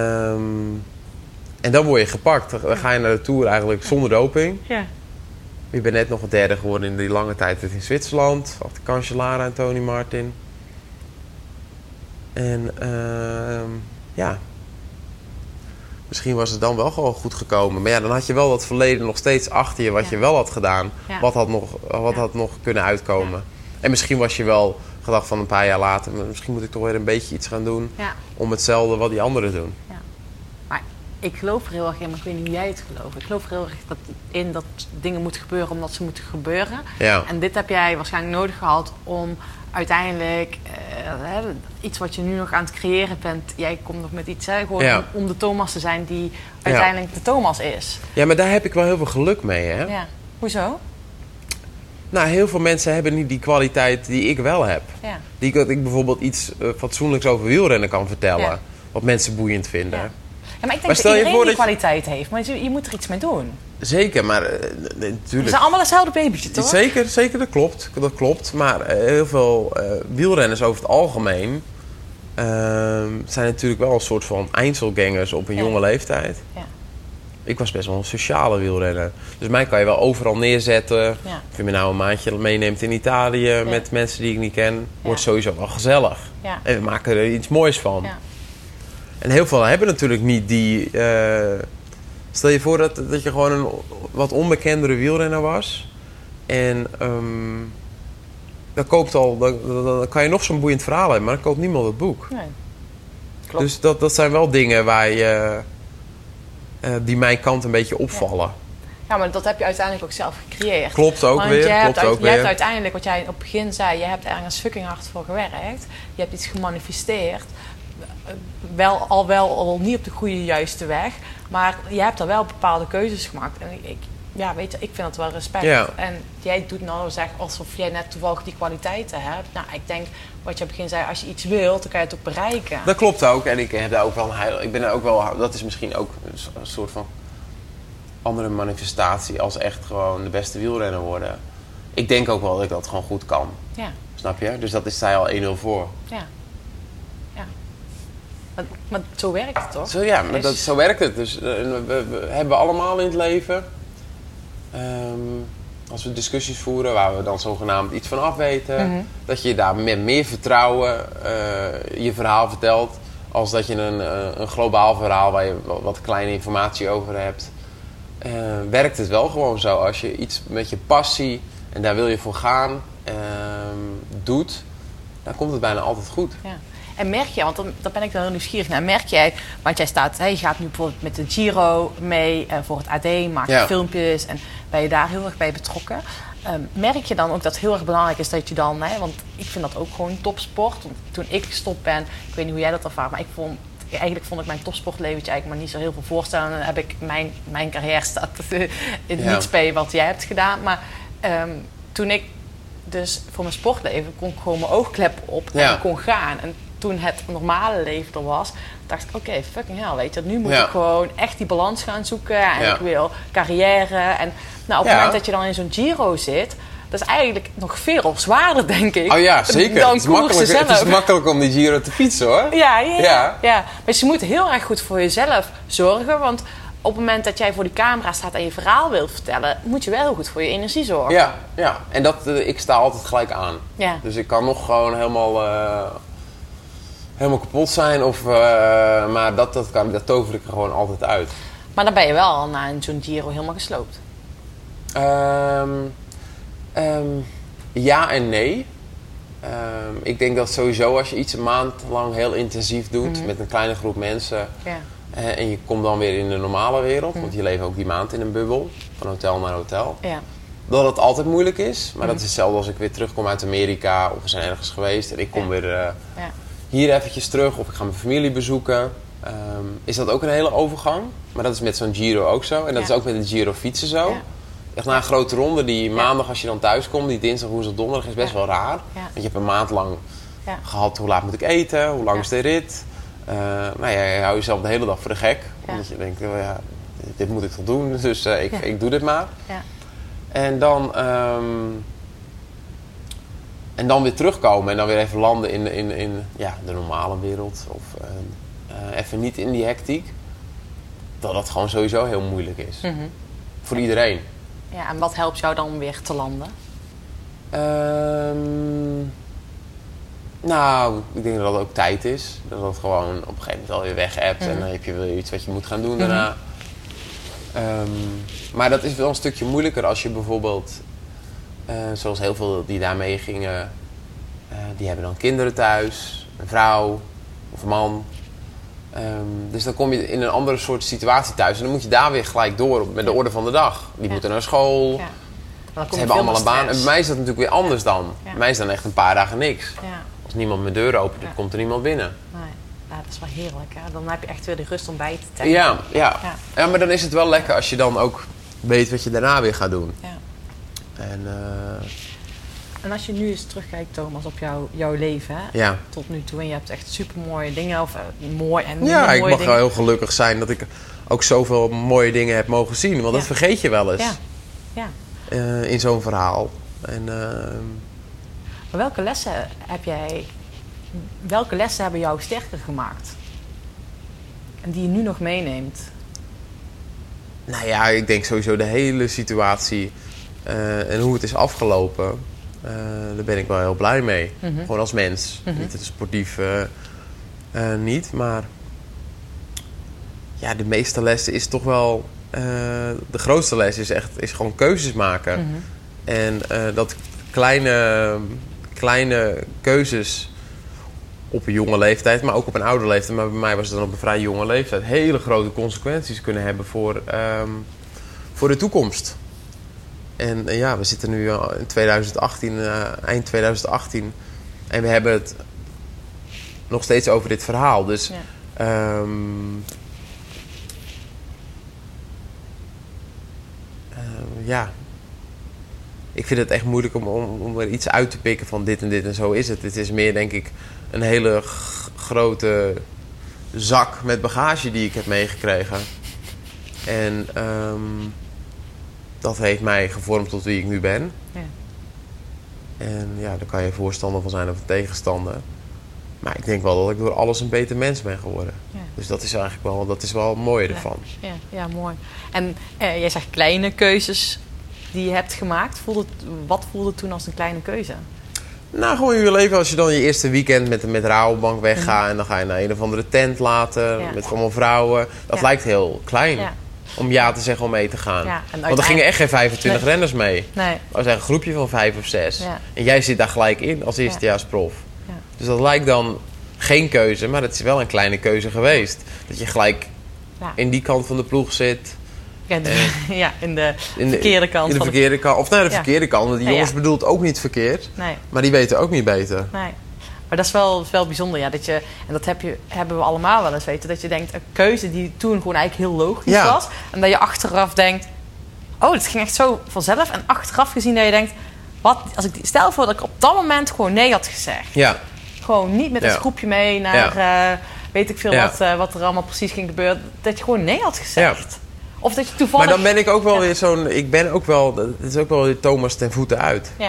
En dan word je gepakt. Dan ga je naar de Tour eigenlijk zonder doping. Ja. Ik ben net nog een derde geworden in die lange tijd in Zwitserland. Achter Cancellara en Tony Martin. En ja... Misschien was het dan wel gewoon goed gekomen. Maar ja, dan had je wel dat verleden nog steeds achter je... wat je wel had gedaan. Ja. Wat had nog kunnen uitkomen. Ja. En misschien was je wel gedacht van een paar jaar later... misschien moet ik toch weer een beetje iets gaan doen... om hetzelfde wat die anderen doen. Ja. Maar ik geloof er heel erg in, maar ik weet niet hoe jij het gelooft. Ik geloof er heel erg in dat dingen moeten gebeuren omdat ze moeten gebeuren. Ja. En dit heb jij waarschijnlijk nodig gehad om... uiteindelijk, iets wat je nu nog aan het creëren bent... jij komt nog met iets, gewoon om de Thomas te zijn die uiteindelijk de Thomas is. Ja, maar daar heb ik wel heel veel geluk mee, hè? Ja. Hoezo? Nou, heel veel mensen hebben niet die kwaliteit die ik wel heb. Ja. Dat ik bijvoorbeeld iets fatsoenlijks over wielrennen kan vertellen... wat mensen boeiend vinden. Ja. Ja, maar ik denk dat iedereen die kwaliteit heeft, maar je moet er iets mee doen. Zeker, maar natuurlijk... We zijn allemaal hetzelfde babytje, toch? Zeker, dat klopt. Maar heel veel wielrenners over het algemeen... zijn natuurlijk wel een soort van Einzelgangers op een jonge leeftijd. Ja. Ik was best wel een sociale wielrenner. Dus mij kan je wel overal neerzetten. Ja. Of je me nou een maandje meeneemt in Italië... met mensen die ik niet ken, wordt sowieso wel gezellig. Ja. En we maken er iets moois van. Ja. En heel veel hebben natuurlijk niet die... stel je voor dat je gewoon een wat onbekendere wielrenner was. En dan kan je nog zo'n boeiend verhaal hebben, maar dan koopt niemand het boek. Nee. Klopt. Dus dat zijn wel dingen waar je, die mijn kant een beetje opvallen. Ja, maar dat heb je uiteindelijk ook zelf gecreëerd. Klopt ook weer. Je hebt uiteindelijk, wat jij op het begin zei, je hebt ergens fucking hard voor gewerkt. Je hebt iets gemanifesteerd. Al niet op de goede, juiste weg. Maar je hebt er wel bepaalde keuzes gemaakt. En ik vind dat wel respect. Ja. En jij doet nou alsof jij net toevallig die kwaliteiten hebt. Nou, ik denk, wat je op het begin zei, als je iets wilt, dan kan je het ook bereiken. Dat klopt ook. En ik heb daar ook wel dat is misschien ook een soort van andere manifestatie als echt gewoon de beste wielrenner worden. Ik denk ook wel dat ik dat gewoon goed kan. Ja. Snap je? Dus dat sta je al 1-0 voor. Ja. Maar zo werkt het toch? Zo werkt het. Dus we hebben allemaal in het leven... als we discussies voeren waar we dan zogenaamd iets van afweten... Mm-hmm. dat je daar met meer vertrouwen je verhaal vertelt... als dat je een globaal verhaal waar je wat kleine informatie over hebt... werkt het wel gewoon zo. Als je iets met je passie en daar wil je voor gaan doet... dan komt het bijna altijd goed. Ja. En merk je, want daar ben ik wel heel nieuwsgierig naar, merk jij, want jij je gaat nu bijvoorbeeld met de Giro mee voor het AD, maak je filmpjes en ben je daar heel erg bij betrokken. Merk je dan ook dat het heel erg belangrijk is dat je dan, want ik vind dat ook gewoon topsport. Want toen ik gestopt ben, ik weet niet hoe jij dat ervaart, maar eigenlijk vond ik mijn topsportleventje eigenlijk maar niet zo heel veel voorstellen. En dan heb ik mijn carrière staat in niets bij wat jij hebt gedaan. Maar toen ik dus voor mijn sportleven kon ik gewoon mijn oogkleppen op en ik kon gaan. En toen het normale leven er was, dacht ik, oké, fucking hell, weet je, nu moet ik gewoon echt die balans gaan zoeken. En ik wil carrière. En nou, op het moment dat je dan in zo'n Giro zit, dat is eigenlijk nog veel zwaarder, denk ik. Oh ja, zeker. Dan het is makkelijk om die Giro te fietsen, hoor. Ja. Maar je moet heel erg goed voor jezelf zorgen, want op het moment dat jij voor die camera staat en je verhaal wilt vertellen, moet je wel heel goed voor je energie zorgen. Ja. En ik sta altijd gelijk aan. Ja. Dus ik kan nog gewoon helemaal kapot zijn, maar dat tover ik er gewoon altijd uit. Maar dan ben je wel al na zo'n Giro helemaal gesloopt. Ja en nee. Ik denk dat sowieso als je iets een maand lang heel intensief doet met een kleine groep mensen... Ja. En je komt dan weer in de normale wereld, want je leeft ook die maand in een bubbel, van hotel naar hotel. Ja. Dat het altijd moeilijk is, maar dat is hetzelfde als ik weer terugkom uit Amerika of we zijn ergens geweest en ik kom weer hier eventjes terug of ik ga mijn familie bezoeken. Is dat ook een hele overgang, maar dat is met zo'n Giro ook zo en dat is ook met de Giro fietsen zo. Ja. Echt na een grote ronde, die maandag als je dan thuis komt, die dinsdag, woensdag, donderdag is best wel raar. Ja. Want je hebt een maand lang gehad, hoe laat moet ik eten, hoe lang is de rit. Je houdt jezelf de hele dag voor de gek. Omdat je denkt, dit moet ik toch doen, dus ik doe dit maar. Ja. En dan weer terugkomen en dan weer even landen in de normale wereld. Of even niet in die hectiek. Dat gewoon sowieso heel moeilijk is. Mm-hmm. Voor iedereen. Ja, en wat helpt jou dan weer te landen? Nou, ik denk dat het ook tijd is. Dat het gewoon op een gegeven moment alweer weg appt en dan heb je weer iets wat je moet gaan doen daarna. Maar dat is wel een stukje moeilijker als je bijvoorbeeld, zoals heel veel die daarmee gingen, die hebben dan kinderen thuis, een vrouw of een man. Dus dan kom je in een andere soort situatie thuis en dan moet je daar weer gelijk door met de orde van de dag. Die moeten naar school. Ja. Ze hebben allemaal een baan. En bij mij is dat natuurlijk weer anders dan. Ja. Bij mij is dan echt een paar dagen niks. Ja. Als niemand mijn deur opent, dan komt er niemand binnen. Nee. Ja, dat is wel heerlijk. Hè? Dan heb je echt weer de rust om bij te tanken. Ja, maar dan is het wel lekker als je dan ook weet wat je daarna weer gaat doen. Ja. En als je nu eens terugkijkt, Thomas, op jouw leven, hè? Tot nu toe. En je hebt echt super mooie dingen. Of mooi en niet mooie dingen. Ik mag wel heel gelukkig zijn dat ik ook zoveel mooie dingen heb mogen zien. Want dat vergeet je wel eens. Ja. In zo'n verhaal. Maar welke lessen hebben jou sterker gemaakt? En die je nu nog meeneemt? Nou ja, ik denk sowieso de hele situatie en hoe het is afgelopen. Daar ben ik wel heel blij mee. Gewoon als mens. Niet het sportief niet, maar ja, de meeste lessen is toch wel... de grootste les is gewoon keuzes maken. En dat kleine keuzes op een jonge leeftijd, maar ook op een oude leeftijd, maar bij mij was het dan op een vrij jonge leeftijd, hele grote consequenties kunnen hebben voor de toekomst. En we zitten nu in 2018, eind 2018, en we hebben het nog steeds over dit verhaal. Dus ik vind het echt moeilijk om er iets uit te pikken van dit en zo is het. Het is meer, denk ik, een hele grote zak met bagage die ik heb meegekregen. En dat heeft mij gevormd tot wie ik nu ben. Ja. En daar kan je voorstander van zijn of een tegenstander. Maar ik denk wel dat ik door alles een beter mens ben geworden. Ja. Dus dat is eigenlijk wel het mooie ervan. Ja, mooi. En jij zegt kleine keuzes die je hebt gemaakt. Wat voelde toen als een kleine keuze? Nou, gewoon in je leven. Als je dan je eerste weekend met Rabobank weggaat en dan ga je naar een of andere tent laten met allemaal vrouwen. Dat lijkt heel klein. Ja. Om ja te zeggen om mee te gaan. Ja, want er gingen echt geen 25 renners mee. Nee. Er was een groepje van 5 of 6. Ja. En jij zit daar gelijk in als eerstejaarsprof. Ja. Dus dat lijkt dan geen keuze, maar het is wel een kleine keuze geweest. Dat je gelijk in die kant van de ploeg zit. In de verkeerde kant. In de verkeerde kant. Of de verkeerde kant. Want die jongens bedoelt ook niet verkeerd. Nee. Maar die weten ook niet beter. Nee. Maar dat is wel bijzonder, ja. Dat je, en dat hebben we allemaal wel eens weten. Dat je denkt, een keuze die toen gewoon eigenlijk heel logisch was. En dat je achteraf denkt, oh, het ging echt zo vanzelf. En achteraf gezien dat je denkt, stel voor dat ik op dat moment gewoon nee had gezegd. Ja. Gewoon niet met een groepje mee naar, weet ik veel wat er allemaal precies ging gebeuren. Dat je gewoon nee had gezegd. Ja. Of dat je toevallig... Maar dan ben ik ook wel weer zo'n... Ik ben ook wel... Het is ook wel weer Thomas ten voeten uit. Ja.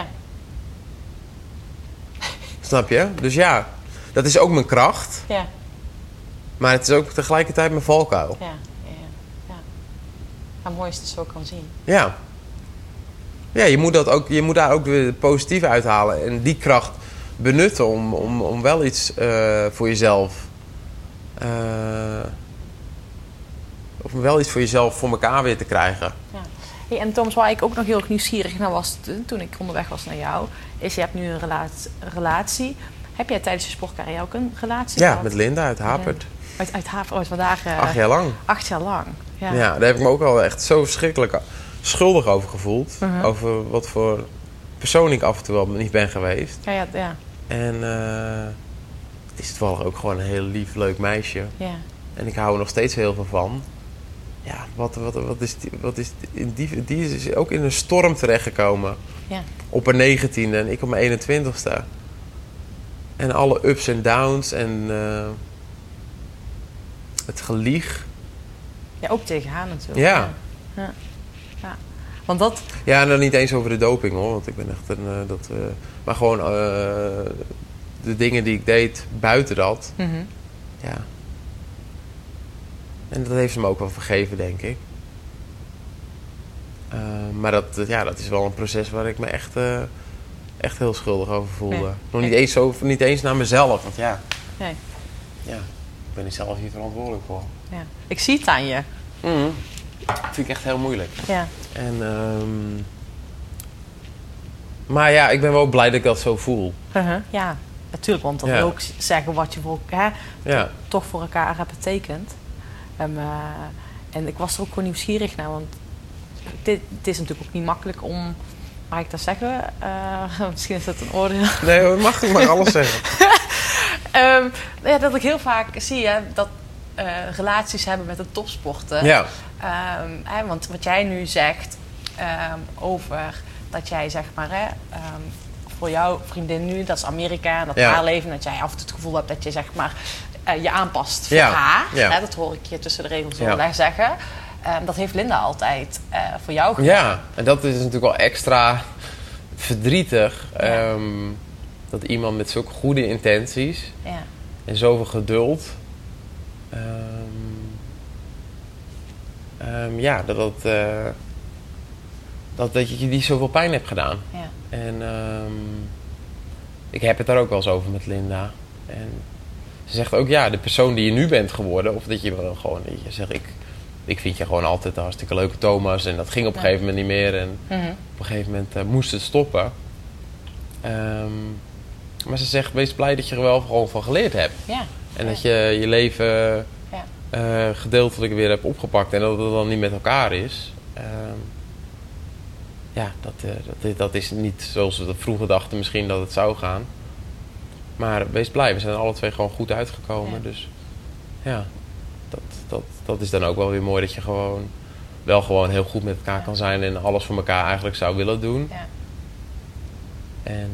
Snap je? Dus ja, dat is ook mijn kracht. Ja. Maar het is ook tegelijkertijd mijn valkuil. Ja. Maar mooi is het zo kan zien. Ja. Ja, je moet daar ook weer het positieve uithalen. En die kracht benutten om wel iets voor jezelf... of wel iets voor jezelf voor elkaar weer te krijgen. Ja. Hey, en Thomas, waar ik ook nog heel erg nieuwsgierig naar was toen ik onderweg was naar jou, is je hebt nu een relatie. Heb jij tijdens je sportcarrière ook een relatie gehad? Ja, met Linda uit Hapert. Uit Hapert, vandaag... 8 jaar lang. 8 jaar lang, ja. Ja, daar heb ik me ook al echt zo verschrikkelijk schuldig over gevoeld. Over wat voor persoon ik af en toe wel niet ben geweest. Ja. En het is toevallig ook gewoon een heel lief, leuk meisje. Ja. En ik hou er nog steeds heel veel van. Ja, wat is die is ook in een storm terechtgekomen. Ja. Op haar 19e en ik op mijn 21ste. En alle ups en downs en het gelieg. Ja, ook tegen haar natuurlijk. Ja. Want dat... Ja, en dan niet eens over de doping hoor, want ik ben echt maar gewoon de dingen die ik deed buiten dat. Ja. En dat heeft ze me ook wel vergeven, denk ik. Maar dat is wel een proces waar ik me echt heel schuldig over voelde. Nee. Nog niet eens naar mezelf. Want Nee. ik ben er zelf hier verantwoordelijk voor. Ja. Ik zie het aan je. Dat vind ik echt heel moeilijk. Ja. En, maar ja, ik ben wel blij dat ik dat zo voel. Ja, natuurlijk. Want dat wil ook zeggen wat je toch voor elkaar hebt betekend. En ik was er ook gewoon nieuwsgierig naar. Want het is natuurlijk ook niet makkelijk om... Mag ik dat zeggen? Misschien is dat een oordeel. Nee hoor, ik mag alles zeggen. Dat ik heel vaak zie dat relaties hebben met de topsporten. Ja. Want wat jij nu zegt over dat jij zeg maar... voor jouw vriendin nu, dat is Amerika, dat haar leven... dat jij af en toe het gevoel hebt dat je zeg maar je aanpast voor haar. Ja. Dat hoor ik je tussen de regels wel zeggen. Dat heeft Linda altijd voor jou gedaan. Ja, en dat is natuurlijk wel extra verdrietig. Dat iemand met zulke goede intenties en zoveel geduld... dat je die zoveel pijn hebt gedaan. Ja. En ik heb het daar ook wel eens over met Linda. En ze zegt ook, de persoon die je nu bent geworden... of dat je wel gewoon... Je zegt, ik vind je gewoon altijd een hartstikke leuke Thomas... en dat ging op een gegeven moment niet meer. En op een gegeven moment moest het stoppen. Maar ze zegt, wees blij dat je er wel gewoon van geleerd hebt. Ja. En dat je je leven gedeeltelijk weer hebt opgepakt... en dat het dan niet met elkaar is... dat is niet zoals we dat vroeger dachten misschien dat het zou gaan. Maar wees blij, we zijn er alle twee gewoon goed uitgekomen. Ja. Dus ja, dat is dan ook wel weer mooi dat je gewoon heel goed met elkaar kan zijn... en alles voor elkaar eigenlijk zou willen doen. Ja. En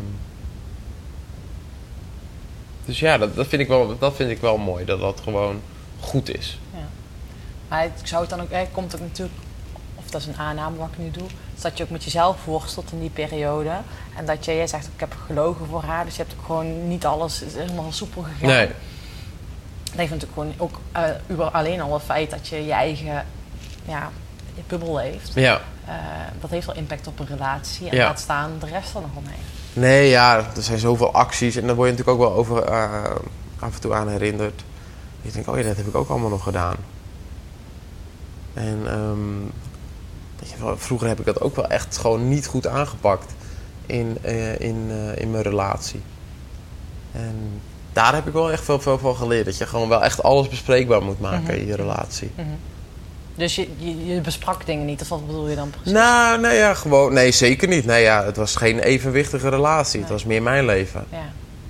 dus ja, dat vind ik wel mooi, dat dat gewoon goed is. Ja. Maar ik zou het dan ook, komt ook natuurlijk... of dat is een aanname wat ik nu doe... dat je ook met jezelf worstelt in die periode. En dat jij zegt, ik heb gelogen voor haar. Dus je hebt ook gewoon niet alles is helemaal soepel gegaan. Nee. Dat heeft natuurlijk gewoon ook alleen al het feit dat je eigen je bubbel heeft. Ja. Dat heeft wel impact op een relatie. En laat staan de rest er nog omheen. Nee, er zijn zoveel acties. En daar word je natuurlijk ook wel over af en toe aan herinnerd. Je denkt, dat heb ik ook allemaal nog gedaan. En... vroeger heb ik dat ook wel echt gewoon niet goed aangepakt in mijn relatie. En daar heb ik wel echt veel van geleerd. Dat je gewoon wel echt alles bespreekbaar moet maken in je relatie. Dus je besprak dingen niet? Of wat bedoel je dan precies? Nee, zeker niet. Het was geen evenwichtige relatie. Nee. Het was meer mijn leven. Ja.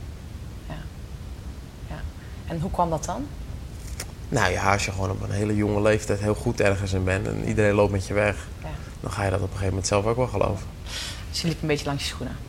En hoe kwam dat dan? Als je gewoon op een hele jonge leeftijd heel goed ergens in bent... en iedereen loopt met je weg... dan ga je dat op een gegeven moment zelf ook wel geloven. Dus je liep een beetje langs je schoenen?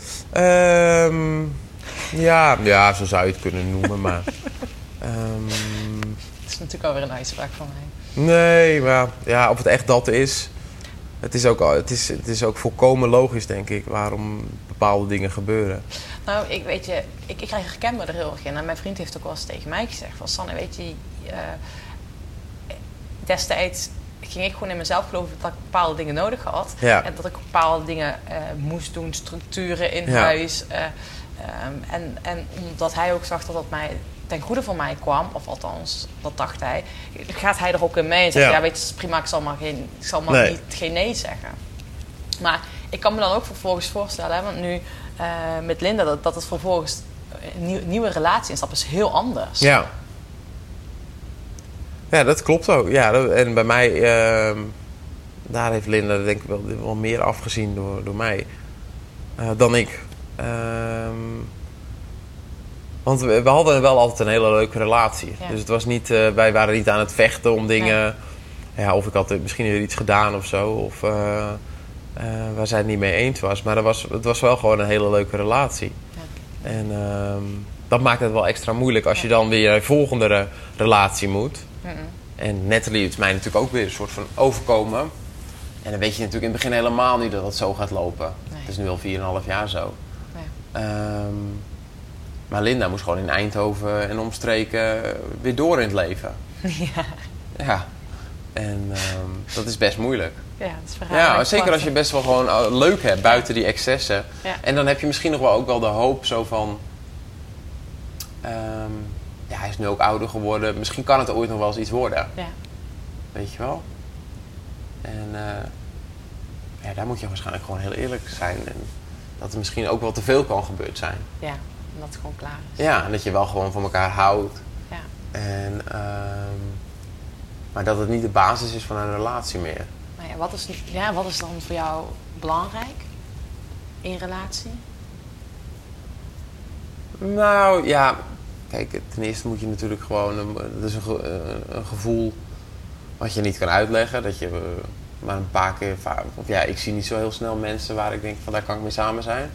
Zo zou je het kunnen noemen, maar... Het is natuurlijk alweer een uitspraak van mij. Nee, maar of het echt dat is... Het is ook volkomen logisch, denk ik, waarom bepaalde dingen gebeuren. Nou, ik herken me er heel erg in. En mijn vriend heeft ook wel eens tegen mij gezegd... van Sanne, weet je... destijds ging ik gewoon in mezelf geloven dat ik bepaalde dingen nodig had. Ja. En dat ik bepaalde dingen moest doen, structuren in huis. En omdat hij ook zag dat dat mij ten goede van mij kwam, of althans, dat dacht hij, gaat hij er ook in mee en zegt, weet je, het is prima, ik zal maar geen nee zeggen. Maar ik kan me dan ook vervolgens voorstellen, want nu met Linda, dat het vervolgens een nieuwe relatie instappen is heel anders. Ja. Ja, dat klopt ook. Ja, en bij mij, daar heeft Linda denk ik wel meer afgezien door mij dan ik. Want we hadden wel altijd een hele leuke relatie. Ja. Dus het was niet, wij waren niet aan het vechten om dingen. Nee. Ja, of ik had misschien weer iets gedaan of zo. Of waar zij het niet mee eens was. Maar het was wel gewoon een hele leuke relatie. Ja. En dat maakt het wel extra moeilijk als je dan weer een volgende relatie moet. Mm-mm. En Natalie is mij natuurlijk ook weer een soort van overkomen. En dan weet je natuurlijk in het begin helemaal niet dat het zo gaat lopen. Nee. Het is nu al 4,5 jaar zo. Nee. Maar Linda moest gewoon in Eindhoven en omstreken weer door in het leven. Ja. Ja. En dat is best moeilijk. Ja, dat is verhaal. Ja, zeker als je best wel gewoon leuk hebt buiten die excessen. Ja. En dan heb je misschien nog wel ook wel de hoop zo van... hij is nu ook ouder geworden. Misschien kan het ooit nog wel eens iets worden. Ja. Weet je wel? En daar moet je waarschijnlijk gewoon heel eerlijk zijn. En dat er misschien ook wel te veel kan gebeurd zijn. Ja, en dat het gewoon klaar is. Ja, en dat je wel gewoon van elkaar houdt. Ja. En, maar dat het niet de basis is van een relatie meer. Nou ja, wat is dan voor jou belangrijk in relatie? Nou ja, kijk, ten eerste moet je natuurlijk gewoon... Het is een gevoel wat je niet kan uitleggen. Dat je maar een paar keer... Of ja, ik zie niet zo heel snel mensen waar ik denk van daar kan ik mee samen zijn.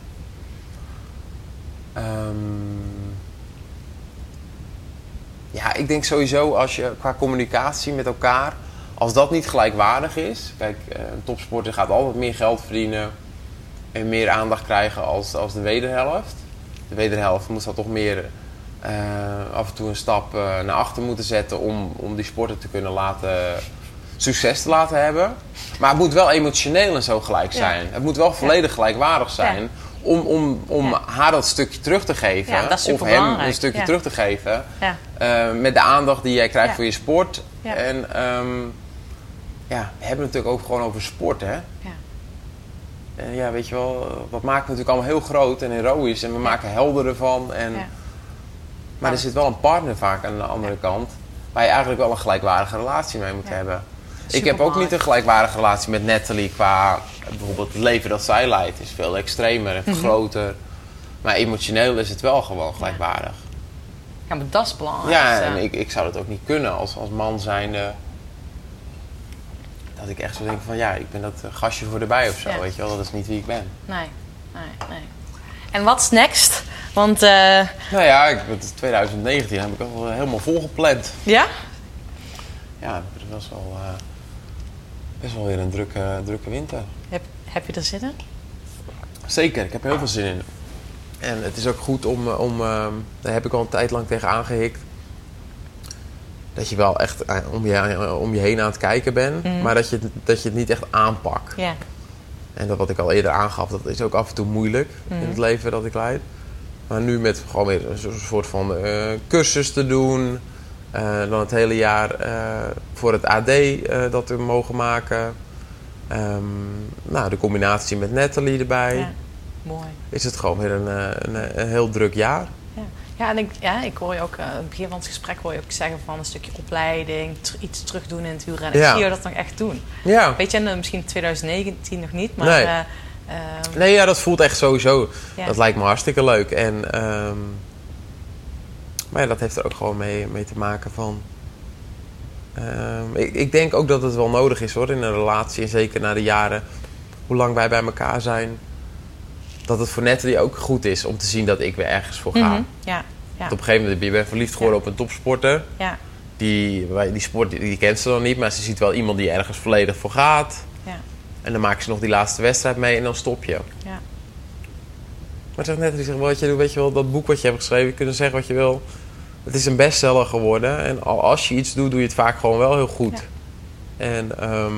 Ja, ik denk sowieso als je qua communicatie met elkaar... Als dat niet gelijkwaardig is... Kijk, een topsporter gaat altijd meer geld verdienen... En meer aandacht krijgen als de wederhelft. De wederhelft moet dat toch meer... af en toe een stap naar achter moeten zetten... om die sporter te kunnen succes te laten hebben. Maar het moet wel emotioneel en zo gelijk zijn. Ja. Het moet wel volledig gelijkwaardig zijn... Ja. Om haar dat stukje terug te geven. Ja, dat is of hem een stukje terug te geven. Ja. Met de aandacht die jij krijgt voor je sport. Ja. En we hebben het natuurlijk ook gewoon over sport, hè. Ja. En weet je wel, dat maken we natuurlijk allemaal heel groot en heroïs. En we maken helden ervan. Maar er zit wel een partner vaak aan de andere kant... waar je eigenlijk wel een gelijkwaardige relatie mee moet hebben. Ik heb ook niet een gelijkwaardige relatie met Nathalie qua... bijvoorbeeld het leven dat zij leidt is veel extremer en groter. Maar emotioneel is het wel gewoon gelijkwaardig. Ja, maar dat is belangrijk. Ja, en ik zou dat ook niet kunnen als man zijnde... dat ik echt zo denk van ik ben dat gastje voor erbij of zo. Ja. Weet je wel, dat is niet wie ik ben. Nee. En what's next? Want... Nou ja, 2019 heb ik al helemaal volgepland. Ja? Ja, dat was wel best wel weer een drukke winter. Heb je er zin in? Zeker, ik heb er heel veel zin in. En het is ook goed om daar heb ik al een tijd lang tegen aangehikt... dat je wel echt om je heen aan het kijken bent... maar dat je het niet echt aanpakt. Ja. En dat wat ik al eerder aangaf, dat is ook af en toe moeilijk in het leven dat ik leid. Maar nu met gewoon weer een soort van cursus te doen... dan het hele jaar voor het AD dat we mogen maken. De combinatie met Nathalie erbij. Ja, mooi. Is het gewoon weer een heel druk jaar. Ja, en ik hoor je ook, aan het begin van het gesprek hoor je ook zeggen van een stukje opleiding, iets terugdoen in het wielrennen. Ik zie je dat nog echt doen. Ja. Weet je, misschien 2019 nog niet, maar... Nee, dat voelt echt sowieso. Ja. Dat lijkt me hartstikke leuk. En, maar dat heeft er ook gewoon mee te maken van... Ik denk ook dat het wel nodig is hoor, in een relatie. En zeker na de jaren, hoe lang wij bij elkaar zijn... dat het voor Nathalie ook goed is om te zien dat ik weer ergens voor ga. Ja. Want op een gegeven moment ben je verliefd geworden op een topsporter. Ja. Die sport die kent ze dan niet, maar ze ziet wel iemand die ergens volledig voor gaat. Ja. En dan maken ze nog die laatste wedstrijd mee en dan stop je. Ja. Maar zegt Nathalie, wat je doet, weet je wel, dat boek wat je hebt geschreven, je kunt zeggen wat je wil. Het is een bestseller geworden. En als je iets doet, doe je het vaak gewoon wel heel goed. Ja. En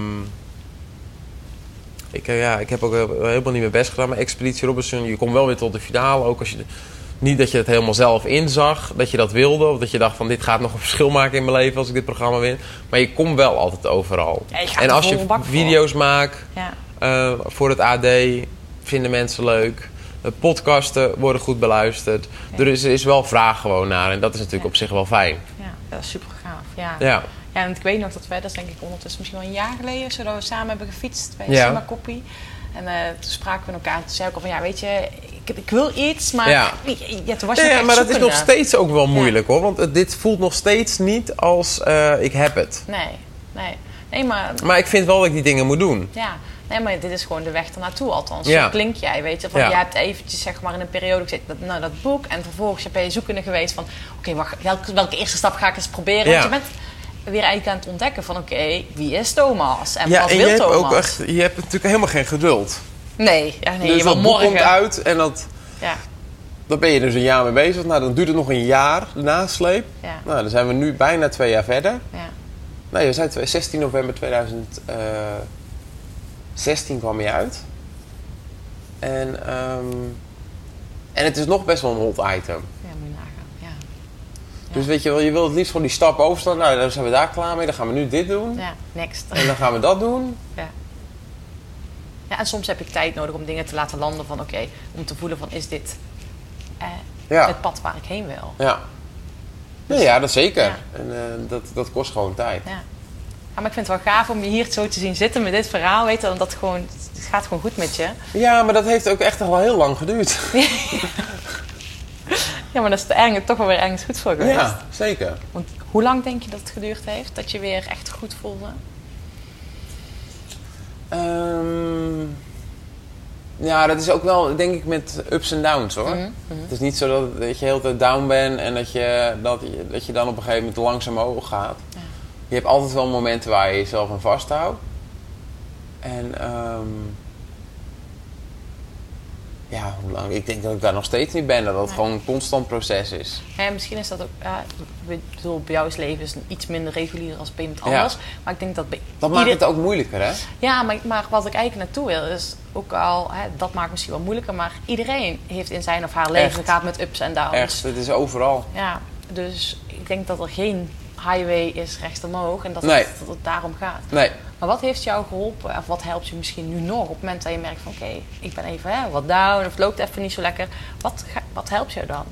ik heb ook helemaal niet mijn best gedaan. Maar Expeditie Robinson, je komt wel weer tot de finale. Ook als je niet dat je het helemaal zelf inzag, dat je dat wilde. Of dat je dacht van dit gaat nog een verschil maken in mijn leven als ik dit programma win. Maar je komt wel altijd overal. Ja, en als je video's maakt voor het AD, vinden mensen leuk. Podcasten worden goed beluisterd. Ja. Er is wel vraag gewoon naar. En dat is natuurlijk op zich wel fijn. Ja, dat is super gaaf. Ja, en ik weet nog dat wij, dat is denk ik ondertussen misschien wel een jaar geleden... zodat we samen hebben gefietst bij Sima Koppie. En toen spraken we elkaar en toen zei ik al van... weet je, ik wil iets, maar toen was je maar dat is nog steeds ook wel moeilijk hoor. Want dit voelt nog steeds niet als ik heb het. Nee, maar ik vind wel dat ik die dingen moet doen. Ja. Nee, maar dit is gewoon de weg ernaartoe, althans. Zo klink jij, weet je. Jij hebt eventjes, zeg maar, in een periode gezet dat boek. En vervolgens ben je zoekende geweest van... wacht, welke eerste stap ga ik eens proberen? Want je bent weer eigenlijk aan het ontdekken van... wie is Thomas? En wat wil Thomas? Je hebt natuurlijk helemaal geen geduld. Nee, dus je dat boek komt uit en dan ben je dus een jaar mee bezig. Nou, dan duurt het nog een jaar, de nasleep. Ja. Nou, dan zijn we nu bijna 2 jaar verder. Ja. Nee, we zijn 16 november 2016 kwam hij uit. En het is nog best wel een hot item. Ja, moet je nagaan. Ja. Dus weet je wel, je wil het liefst gewoon die stap overstaan. Nou, dan zijn we daar klaar mee. Dan gaan we nu dit doen. Ja, next. En dan gaan we dat doen. Ja. Ja, en soms heb ik tijd nodig om dingen te laten landen van om te voelen van is dit het pad waar ik heen wil. Ja. Dus, ja, dat zeker. Ja. En dat kost gewoon tijd. Ja. Ja, maar ik vind het wel gaaf om je hier zo te zien zitten met dit verhaal. Weet je, omdat het gaat gewoon goed met je. Ja, maar dat heeft ook echt al heel lang geduurd. Ja, maar dat is toch wel weer ergens goed voor geweest. Ja, zeker. Want hoe lang denk je dat het geduurd heeft? Dat je weer echt goed voelde? Ja, dat is ook wel, denk ik, met ups en downs, hoor. Het is niet zo dat je de hele tijd down bent en dat je dan op een gegeven moment langzaam omhoog gaat. Ja. Je hebt altijd wel momenten waar je jezelf aan vasthoudt. En hoe lang? Ik denk dat ik daar nog steeds niet ben. Dat het gewoon een constant proces is. Ja, misschien is dat ook... ik bedoel, bij jou is leven iets minder regulier als bij iemand anders. Ja. Maar ik denk dat bij dat maakt het ook moeilijker, hè? Ja, maar wat ik eigenlijk naartoe wil is ook al... dat maakt misschien wel moeilijker. Maar iedereen heeft in zijn of haar leven gaat met ups en downs. Echt, het is overal. Ja, dus ik denk dat er geen highway is rechts omhoog. En dat het daarom gaat. Nee. Maar wat heeft jou geholpen? Of wat helpt je misschien nu nog? Op het moment dat je merkt van ik ben even wat down. Of het loopt even niet zo lekker. Wat helpt jou dan?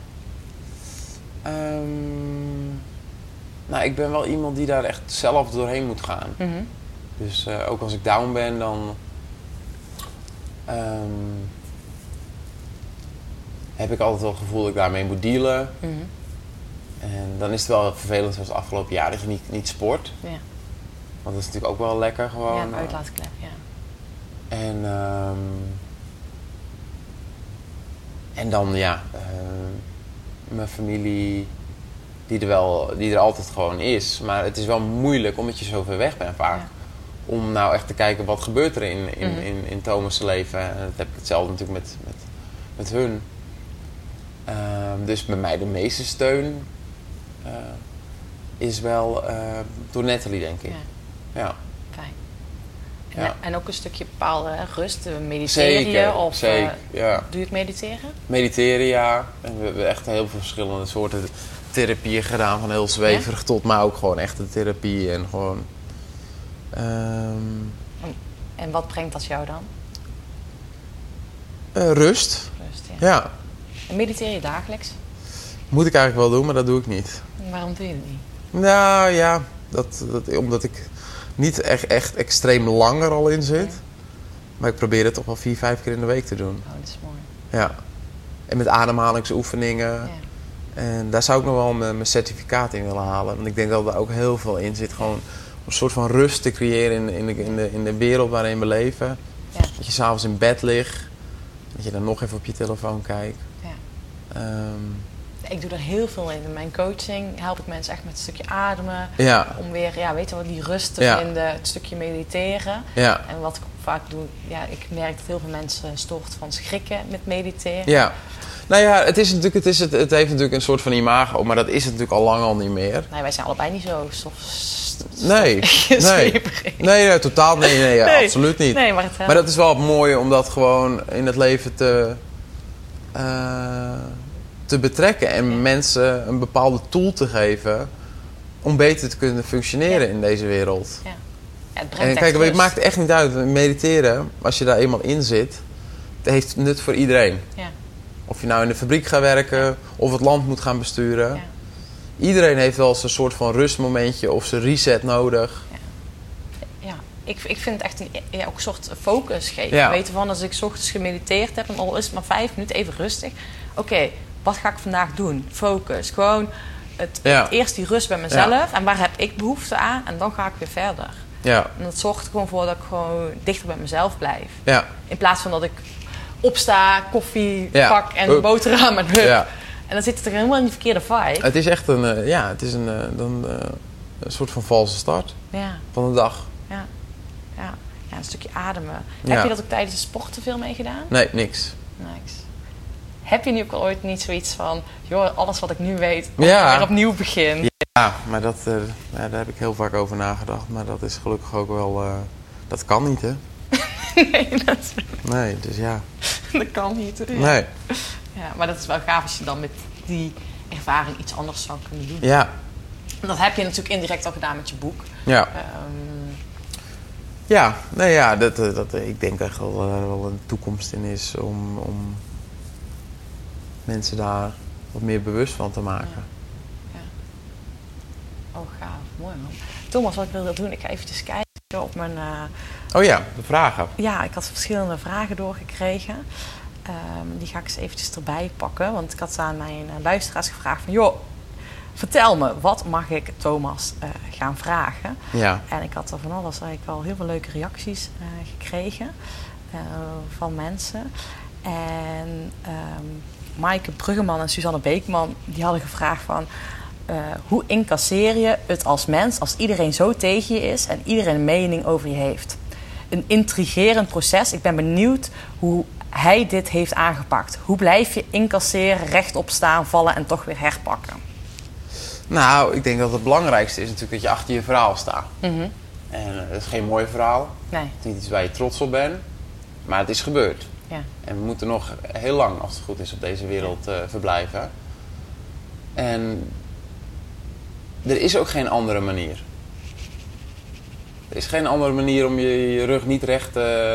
Ik ben wel iemand die daar echt zelf doorheen moet gaan. Mm-hmm. Dus ook als ik down ben, dan heb ik altijd wel het gevoel dat ik daarmee moet dealen. Mm-hmm. En dan is het wel vervelend zoals het afgelopen jaar dat je niet sport. Ja. Want dat is natuurlijk ook wel lekker gewoon. Ja, een uitlaatklep, ja. En dan mijn familie die er altijd gewoon is. Maar het is wel moeilijk omdat je zo ver weg bent vaak. Ja. Om nou echt te kijken wat gebeurt er in Thomas' leven. En dat heb ik hetzelfde natuurlijk met hun. Dus bij mij de meeste steun is wel door Natalie, denk ik. Ja. Fijn. En ook een stukje bepaalde rust, mediteren je? Zeker, ja. Doe je het mediteren? Mediteren, ja. En we hebben echt heel veel verschillende soorten therapieën gedaan. Van heel zweverig tot, maar ook gewoon echte therapie. En gewoon... En wat brengt dat jou dan? Rust. Ja. En mediteer je dagelijks? Moet ik eigenlijk wel doen, maar dat doe ik niet. Waarom doe je het niet? Nou ja, omdat ik niet echt extreem lang er al in zit. Ja. Maar ik probeer het toch wel 4-5 keer in de week te doen. Oh, dat is mooi. Ja. En met ademhalingsoefeningen. Ja. En daar zou ik nog wel mijn certificaat in willen halen. Want ik denk dat er ook heel veel in zit. Gewoon een soort van rust te creëren in de wereld waarin we leven. Ja. Dat je s'avonds in bed ligt. Dat je dan nog even op je telefoon kijkt. Ja. Ik doe er heel veel in. In mijn coaching help ik mensen echt met een stukje ademen. Ja. Om weer, die rust te vinden. Het stukje mediteren. Ja. En wat ik vaak doe, ik merk dat heel veel mensen stoort van schrikken met mediteren. Ja. Nou ja, het heeft natuurlijk een soort van imago, maar dat is het natuurlijk al lang al niet meer. Nee, wij zijn allebei niet zo Nee, totaal nee, absoluut niet. Nee, maar dat is wel mooi om dat gewoon in het leven te betrekken en mensen een bepaalde tool te geven om beter te kunnen functioneren in deze wereld. Ja. En kijk, het maakt echt niet uit. Mediteren, als je daar eenmaal in zit, het heeft nut voor iedereen. Ja. Of je nou in de fabriek gaat werken of het land moet gaan besturen. Ja. Iedereen heeft wel eens een soort van rustmomentje of zijn reset nodig. Ja. Ik vind het echt ook een soort focus geven. Ja. Weet je van, als ik 's ochtends gemediteerd heb en al is het maar 5 minuten even rustig. Oké, wat ga ik vandaag doen? Focus. Gewoon eerst die rust bij mezelf. Ja. En waar heb ik behoefte aan? En dan ga ik weer verder. Ja. En dat zorgt er gewoon voor dat ik gewoon dichter bij mezelf blijf. Ja. In plaats van dat ik opsta, koffie pak en boterham en hup. Ja. En dan zit het er helemaal in die verkeerde vibe. Het is echt een soort van valse start van de dag. Ja. Ja, een stukje ademen. Heb je dat ook tijdens de sport te veel mee gedaan? Nee, niks. Heb je nu ook al ooit niet zoiets van, joh, alles wat ik nu weet, als ik weer opnieuw begin? Ja, maar daar heb ik heel vaak over nagedacht. Maar dat is gelukkig ook wel... dat kan niet, hè? Nee, dus ja. Dat kan niet. Ja. Nee. Ja, maar dat is wel gaaf als je dan met die ervaring iets anders zou kunnen doen. Ja. En dat heb je natuurlijk indirect al gedaan met je boek. Ja. Ja, nee, ja, ik denk echt wel een toekomst in is om mensen daar wat meer bewust van te maken. Ja. Oh, gaaf. Mooi, man. Thomas, wat ik wilde doen, ik ga eventjes kijken op mijn... Oh ja, de vragen. Ja, ik had verschillende vragen doorgekregen. Die ga ik eens eventjes erbij pakken. Want ik had aan mijn luisteraars gevraagd van... joh, vertel me, wat mag ik Thomas gaan vragen? Ja. En ik had er van alles eigenlijk wel heel veel leuke reacties gekregen van mensen. En Maaike Bruggeman en Suzanne Beekman, die hadden gevraagd van... hoe incasseer je het als mens als iedereen zo tegen je is en iedereen een mening over je heeft? Een intrigerend proces. Ik ben benieuwd hoe hij dit heeft aangepakt. Hoe blijf je incasseren, rechtop staan, vallen en toch weer herpakken? Nou, ik denk dat het belangrijkste is natuurlijk dat je achter je verhaal staat. Mhm. En het is geen mooi verhaal. Nee. Het is niet iets waar je trots op bent. Maar het is gebeurd. Ja. En we moeten nog heel lang, als het goed is, op deze wereld verblijven. En er is ook geen andere manier. Er is geen andere manier om je rug niet recht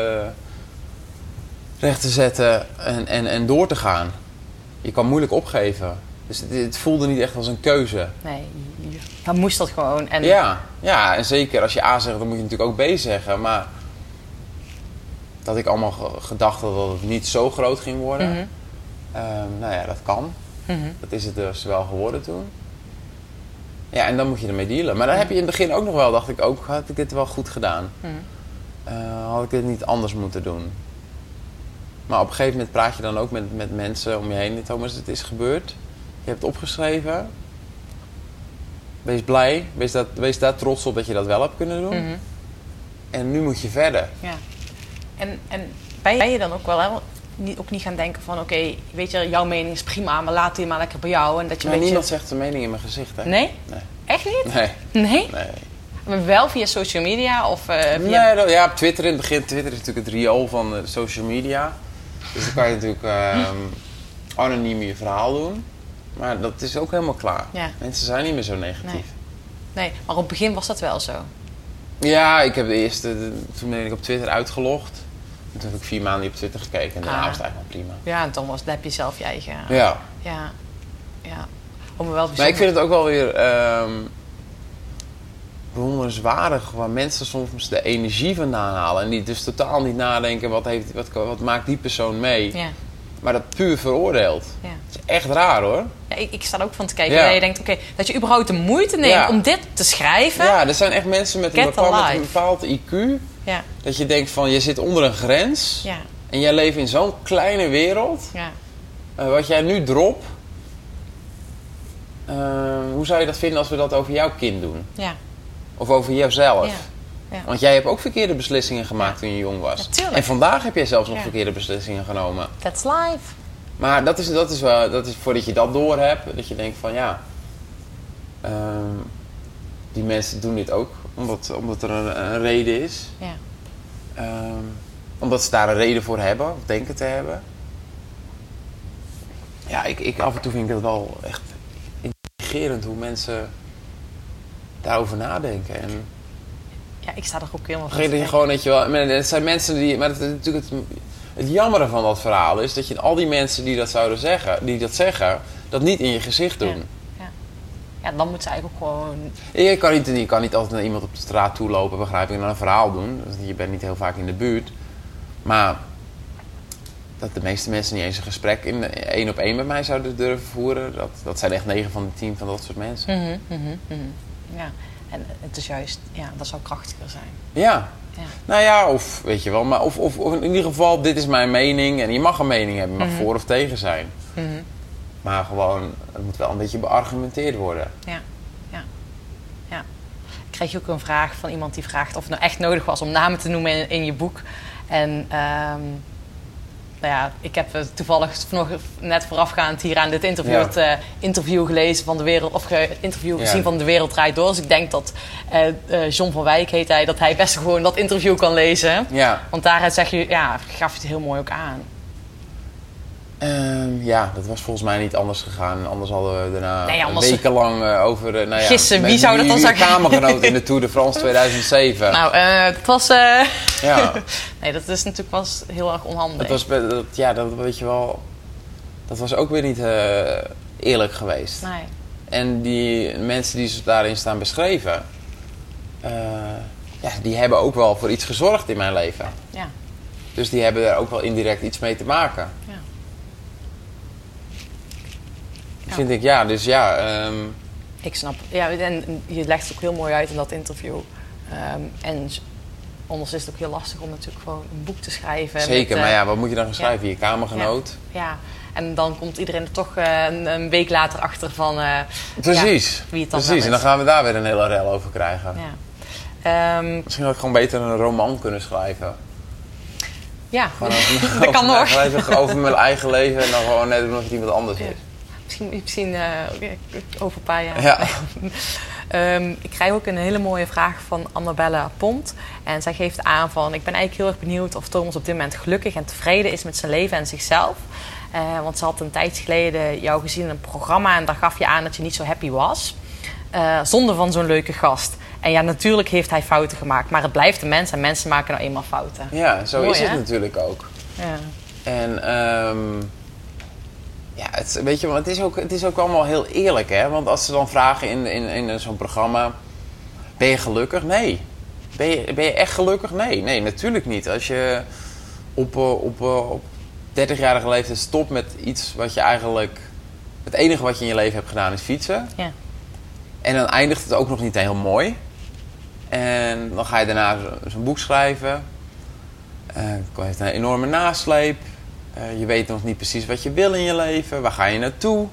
te zetten en door te gaan. Je kan moeilijk opgeven. Dus het voelde niet echt als een keuze. Nee, dan moest dat gewoon. En... Ja, en zeker als je A zegt, dan moet je natuurlijk ook B zeggen. Maar dat ik allemaal gedacht had dat het niet zo groot ging worden. Mhm. Nou ja, dat kan. Mhm. Dat is het dus wel geworden toen. Ja, en dan moet je ermee dealen. Maar dan heb je in het begin ook nog wel, dacht ik ook, had ik dit wel goed gedaan? Mhm. Had ik dit niet anders moeten doen? Maar op een gegeven moment praat je dan ook met mensen om je heen. Thomas, het is gebeurd. Je hebt het opgeschreven. Wees blij. Wees daar trots op dat je dat wel hebt kunnen doen. Mhm. En nu moet je verder. Ja. En ben je dan ook wel ook niet gaan denken van... oké, weet je, jouw mening is prima, maar laat die maar lekker bij jou. En dat je Nou, beetje... niemand zegt zijn mening in mijn gezicht, hè? Nee? Nee. Echt niet? Nee. Nee? Nee. Maar wel via social media of via... Nee, ja, op Twitter in het begin. Twitter is natuurlijk het riool van social media. Dus dan kan je natuurlijk anoniem je verhaal doen. Maar dat is ook helemaal klaar. Ja. Mensen zijn niet meer zo negatief. Nee, maar op het begin was dat wel zo. Ja, ik heb toen ben ik op Twitter uitgelogd. En toen heb ik 4 maanden niet op Twitter gekeken. En daarna was het eigenlijk wel prima. Ja, en dan heb je zelf je eigen... Ja. Ja. Om me wel Maar ik vind het ook wel weer bewonderenswaardig waar mensen soms de energie vandaan halen. En die dus totaal niet nadenken wat maakt die persoon mee. Ja. Maar dat puur veroordeelt. Ja. Dat is echt raar, hoor. Ja, ik sta er ook van te kijken. Ja. Dat je denkt, oké, dat je überhaupt de moeite neemt om dit te schrijven. Ja, er zijn echt mensen met een Get alive. bepaald IQ. Ja. Dat je denkt van, je zit onder een grens. Ja. En jij leeft in zo'n kleine wereld. Ja. Wat jij nu dropt. Hoe zou je dat vinden als we dat over jouw kind doen? Ja. Of over jouzelf? Ja. Ja. Want jij hebt ook verkeerde beslissingen gemaakt toen je jong was. Ja, tuurlijk. En vandaag heb jij zelfs nog Ja. verkeerde beslissingen genomen. That's life. Maar dat is voordat je dat door hebt. Dat je denkt van ja. Die mensen doen dit ook. Omdat er een reden is. Ja. Omdat ze daar een reden voor hebben. Of denken te hebben. Ja, ik af en toe vind ik dat wel echt intrigerend hoe mensen daarover nadenken. En Ja, ik sta er ook helemaal dat je gewoon, weet je wel, het zijn mensen die, maar het is natuurlijk het jammere van dat verhaal is dat je al die mensen die dat zouden zeggen, dat niet in je gezicht doen. Ja, dan moet ze eigenlijk ook gewoon... Je kan niet altijd naar iemand op de straat toe lopen, begrijp ik, en dan een verhaal doen. Je bent niet heel vaak in de buurt. Maar dat de meeste mensen niet eens een gesprek 1-op-1 met mij zouden durven voeren, dat zijn echt 9 van de 10 van dat soort mensen. Ja, en het is juist, dat zou krachtiger zijn. Ja. Ja. Nou ja, of weet je wel, maar of in ieder geval, dit is mijn mening en je mag een mening hebben, je mag voor of tegen zijn. Maar gewoon, het moet wel een beetje beargumenteerd worden. Ja. Ik kreeg ook een vraag van iemand die vraagt of het nou echt nodig was om namen te noemen in je boek. En nou ja, ik heb toevallig nog net voorafgaand hier aan dit interview het interview gelezen van de wereld, of interview gezien van De Wereld Draait Door. Dus ik denk dat John van Wijk heet hij, dat hij best gewoon dat interview kan lezen. Ja. Want daaruit gaf je het heel mooi ook aan. Dat was volgens mij niet anders gegaan. Anders hadden we daarna wekenlang over... gissen, wie zou dat dan zeggen? Kamergenoot in de Tour de France 2007. Nou, het was... Nee, dat is natuurlijk was heel erg onhandig. Dat weet je wel... Dat was ook weer niet eerlijk geweest. Nee. En die mensen die daarin staan beschreven... die hebben ook wel voor iets gezorgd in mijn leven. Ja. Dus die hebben er ook wel indirect iets mee te maken. Ja. Vind ik, Ik snap. Ja, en je legt het ook heel mooi uit in dat interview. En anders is het ook heel lastig om natuurlijk gewoon een boek te schrijven. Zeker, maar wat moet je dan gaan schrijven? Je kamergenoot? Ja, en dan komt iedereen er toch een week later achter van... Precies, wie het dan precies. En dan gaan we daar weer een hele rel over krijgen. Ja. Misschien had ik gewoon beter een roman kunnen schrijven. Ja, dat kan nog. Even over mijn eigen leven en dan gewoon net doen of het iemand anders is. Misschien over een paar jaar. Ja. Ik krijg ook een hele mooie vraag van Annabelle Pont. En zij geeft aan van... Ik ben eigenlijk heel erg benieuwd of Thomas op dit moment gelukkig en tevreden is met zijn leven en zichzelf. Want ze had een tijd geleden jou gezien in een programma... en daar gaf je aan dat je niet zo happy was. Zonder van zo'n leuke gast. En ja, natuurlijk heeft hij fouten gemaakt. Maar het blijft een mens en mensen maken nou eenmaal fouten. Ja, zo mooi, is het hè? natuurlijk ook. Ja. En... weet je, het is ook allemaal heel eerlijk, hè? Want als ze dan vragen in zo'n programma... Ben je gelukkig? Nee. Ben je echt gelukkig? Nee, natuurlijk niet. Als je op 30-jarige leeftijd stopt met iets wat je eigenlijk... Het enige wat je in je leven hebt gedaan is fietsen. Ja. En dan eindigt het ook nog niet heel mooi. En dan ga je daarna zo'n boek schrijven. Het heeft een enorme nasleep. Je weet nog niet precies wat je wil in je leven. Waar ga je naartoe?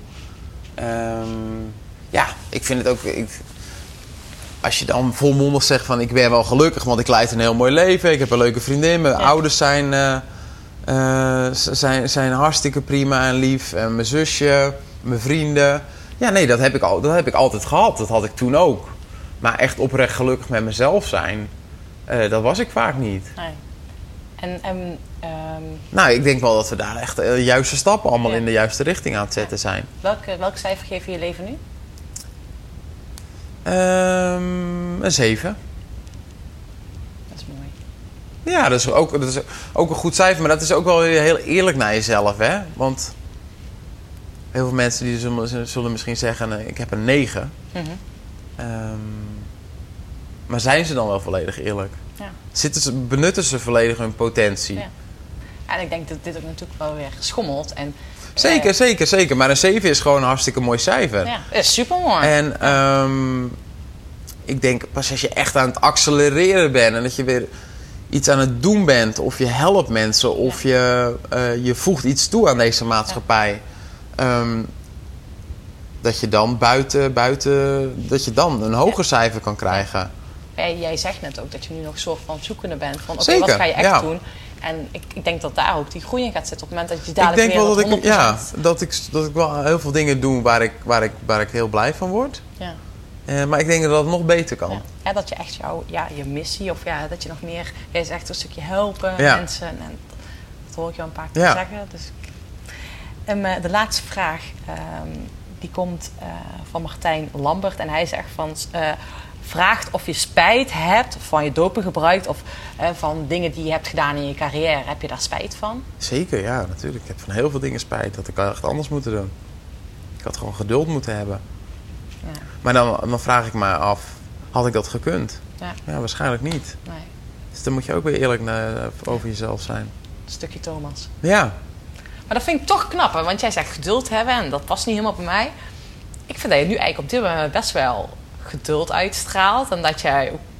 Ik vind het ook... als je dan volmondig zegt van... Ik ben wel gelukkig, want ik leid een heel mooi leven. Ik heb een leuke vriendin. Mijn ouders zijn hartstikke prima en lief. En mijn zusje, mijn vrienden. Ja, nee, dat heb ik altijd gehad. Dat had ik toen ook. Maar echt oprecht gelukkig met mezelf zijn... dat was ik vaak niet. Nee. Nou, ik denk wel dat we daar echt de juiste stappen allemaal in de juiste richting aan het zetten zijn. Welk cijfer geef je je leven nu? Een 7. Dat is mooi. Ja, dat is ook een goed cijfer, maar dat is ook wel weer heel eerlijk naar jezelf, hè? Want heel veel mensen die zullen misschien zeggen, ik heb een 9. Mm-hmm. Maar zijn ze dan wel volledig eerlijk? Ja. Benutten ze volledig hun potentie? Ja. En ik denk dat dit ook natuurlijk wel weer schommelt. En, Zeker. Maar een 7 is gewoon een hartstikke mooi cijfer. Ja, is supermooi. En ik denk pas als je echt aan het accelereren bent... en dat je weer iets aan het doen bent... of je helpt mensen... of je voegt iets toe aan deze maatschappij... dat je dan buiten dat je dan een hoger cijfer kan krijgen. Jij zegt net ook dat je nu nog een soort van zoekende bent. Van oké, wat ga je echt doen? En ik denk dat daar ook die groei in gaat zitten op het moment dat je dadelijk weer 100%... dat ik wel heel veel dingen doe waar ik heel blij van word. Ja. Maar ik denk dat het nog beter kan. Ja, dat je echt je missie of dat je nog meer... Jij zegt een stukje helpen mensen. En dat hoor ik jou een paar keer zeggen. Dus, de laatste vraag... die komt van Martijn Lambert. En hij zegt vraagt of je spijt hebt van je dopinggebruik... of van dingen die je hebt gedaan in je carrière. Heb je daar spijt van? Zeker, ja, natuurlijk. Ik heb van heel veel dingen spijt. Dat ik echt anders moeten doen. Ik had gewoon geduld moeten hebben. Ja. Maar dan vraag ik me af... Had ik dat gekund? Ja, waarschijnlijk niet. Nee. Dus dan moet je ook weer eerlijk over jezelf zijn. Een stukje Thomas. Ja. Maar dat vind ik toch knap, hè? Want jij zegt geduld hebben en dat past niet helemaal bij mij. Ik vind dat je nu eigenlijk op dit moment best wel geduld uitstraalt en dat jij ook...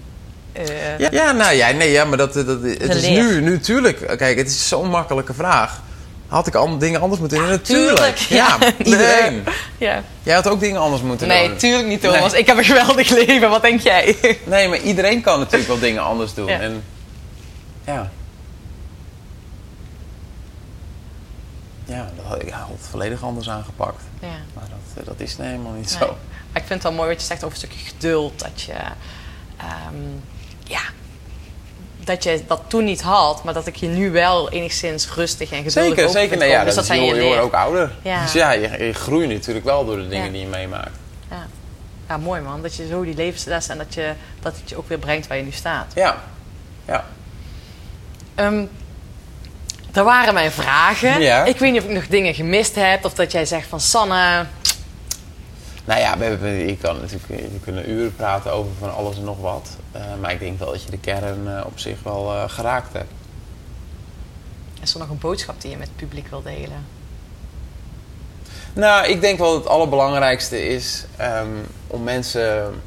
maar het is nu natuurlijk... Kijk, het is zo'n makkelijke vraag. Had ik dingen anders moeten doen? Natuurlijk. Ja, iedereen. Ja. Jij had ook dingen anders moeten doen. Nee, tuurlijk niet, Thomas. Nee. Ik heb een geweldig leven. Wat denk jij? Nee, maar iedereen kan natuurlijk wel dingen anders doen. Ja. En, ja. Ja, dat had ik altijd volledig anders aangepakt. Ja. Maar dat is nou helemaal niet Nee. zo. Maar ik vind het wel mooi wat je zegt over een stukje geduld. Dat je dat toen niet had, maar dat ik je nu wel enigszins rustig en geduldig over Zeker. vind Nee, ja, komen. Dus dat zijn je wordt leer. ook ouder. Ja. Dus ja, je groeit natuurlijk wel door de dingen Ja. die je meemaakt. Ja. Ja, mooi man. Dat je zo die levenslessen en dat het je ook weer brengt waar je nu staat. Ja. Dat waren mijn vragen. Ja. Ik weet niet of ik nog dingen gemist heb of dat jij zegt van Sanne. Nou ja, we kunnen uren praten over van alles en nog wat. Maar ik denk wel dat je de kern op zich wel geraakt hebt. Is er nog een boodschap die je met het publiek wil delen? Nou, ik denk wel dat het allerbelangrijkste is om mensen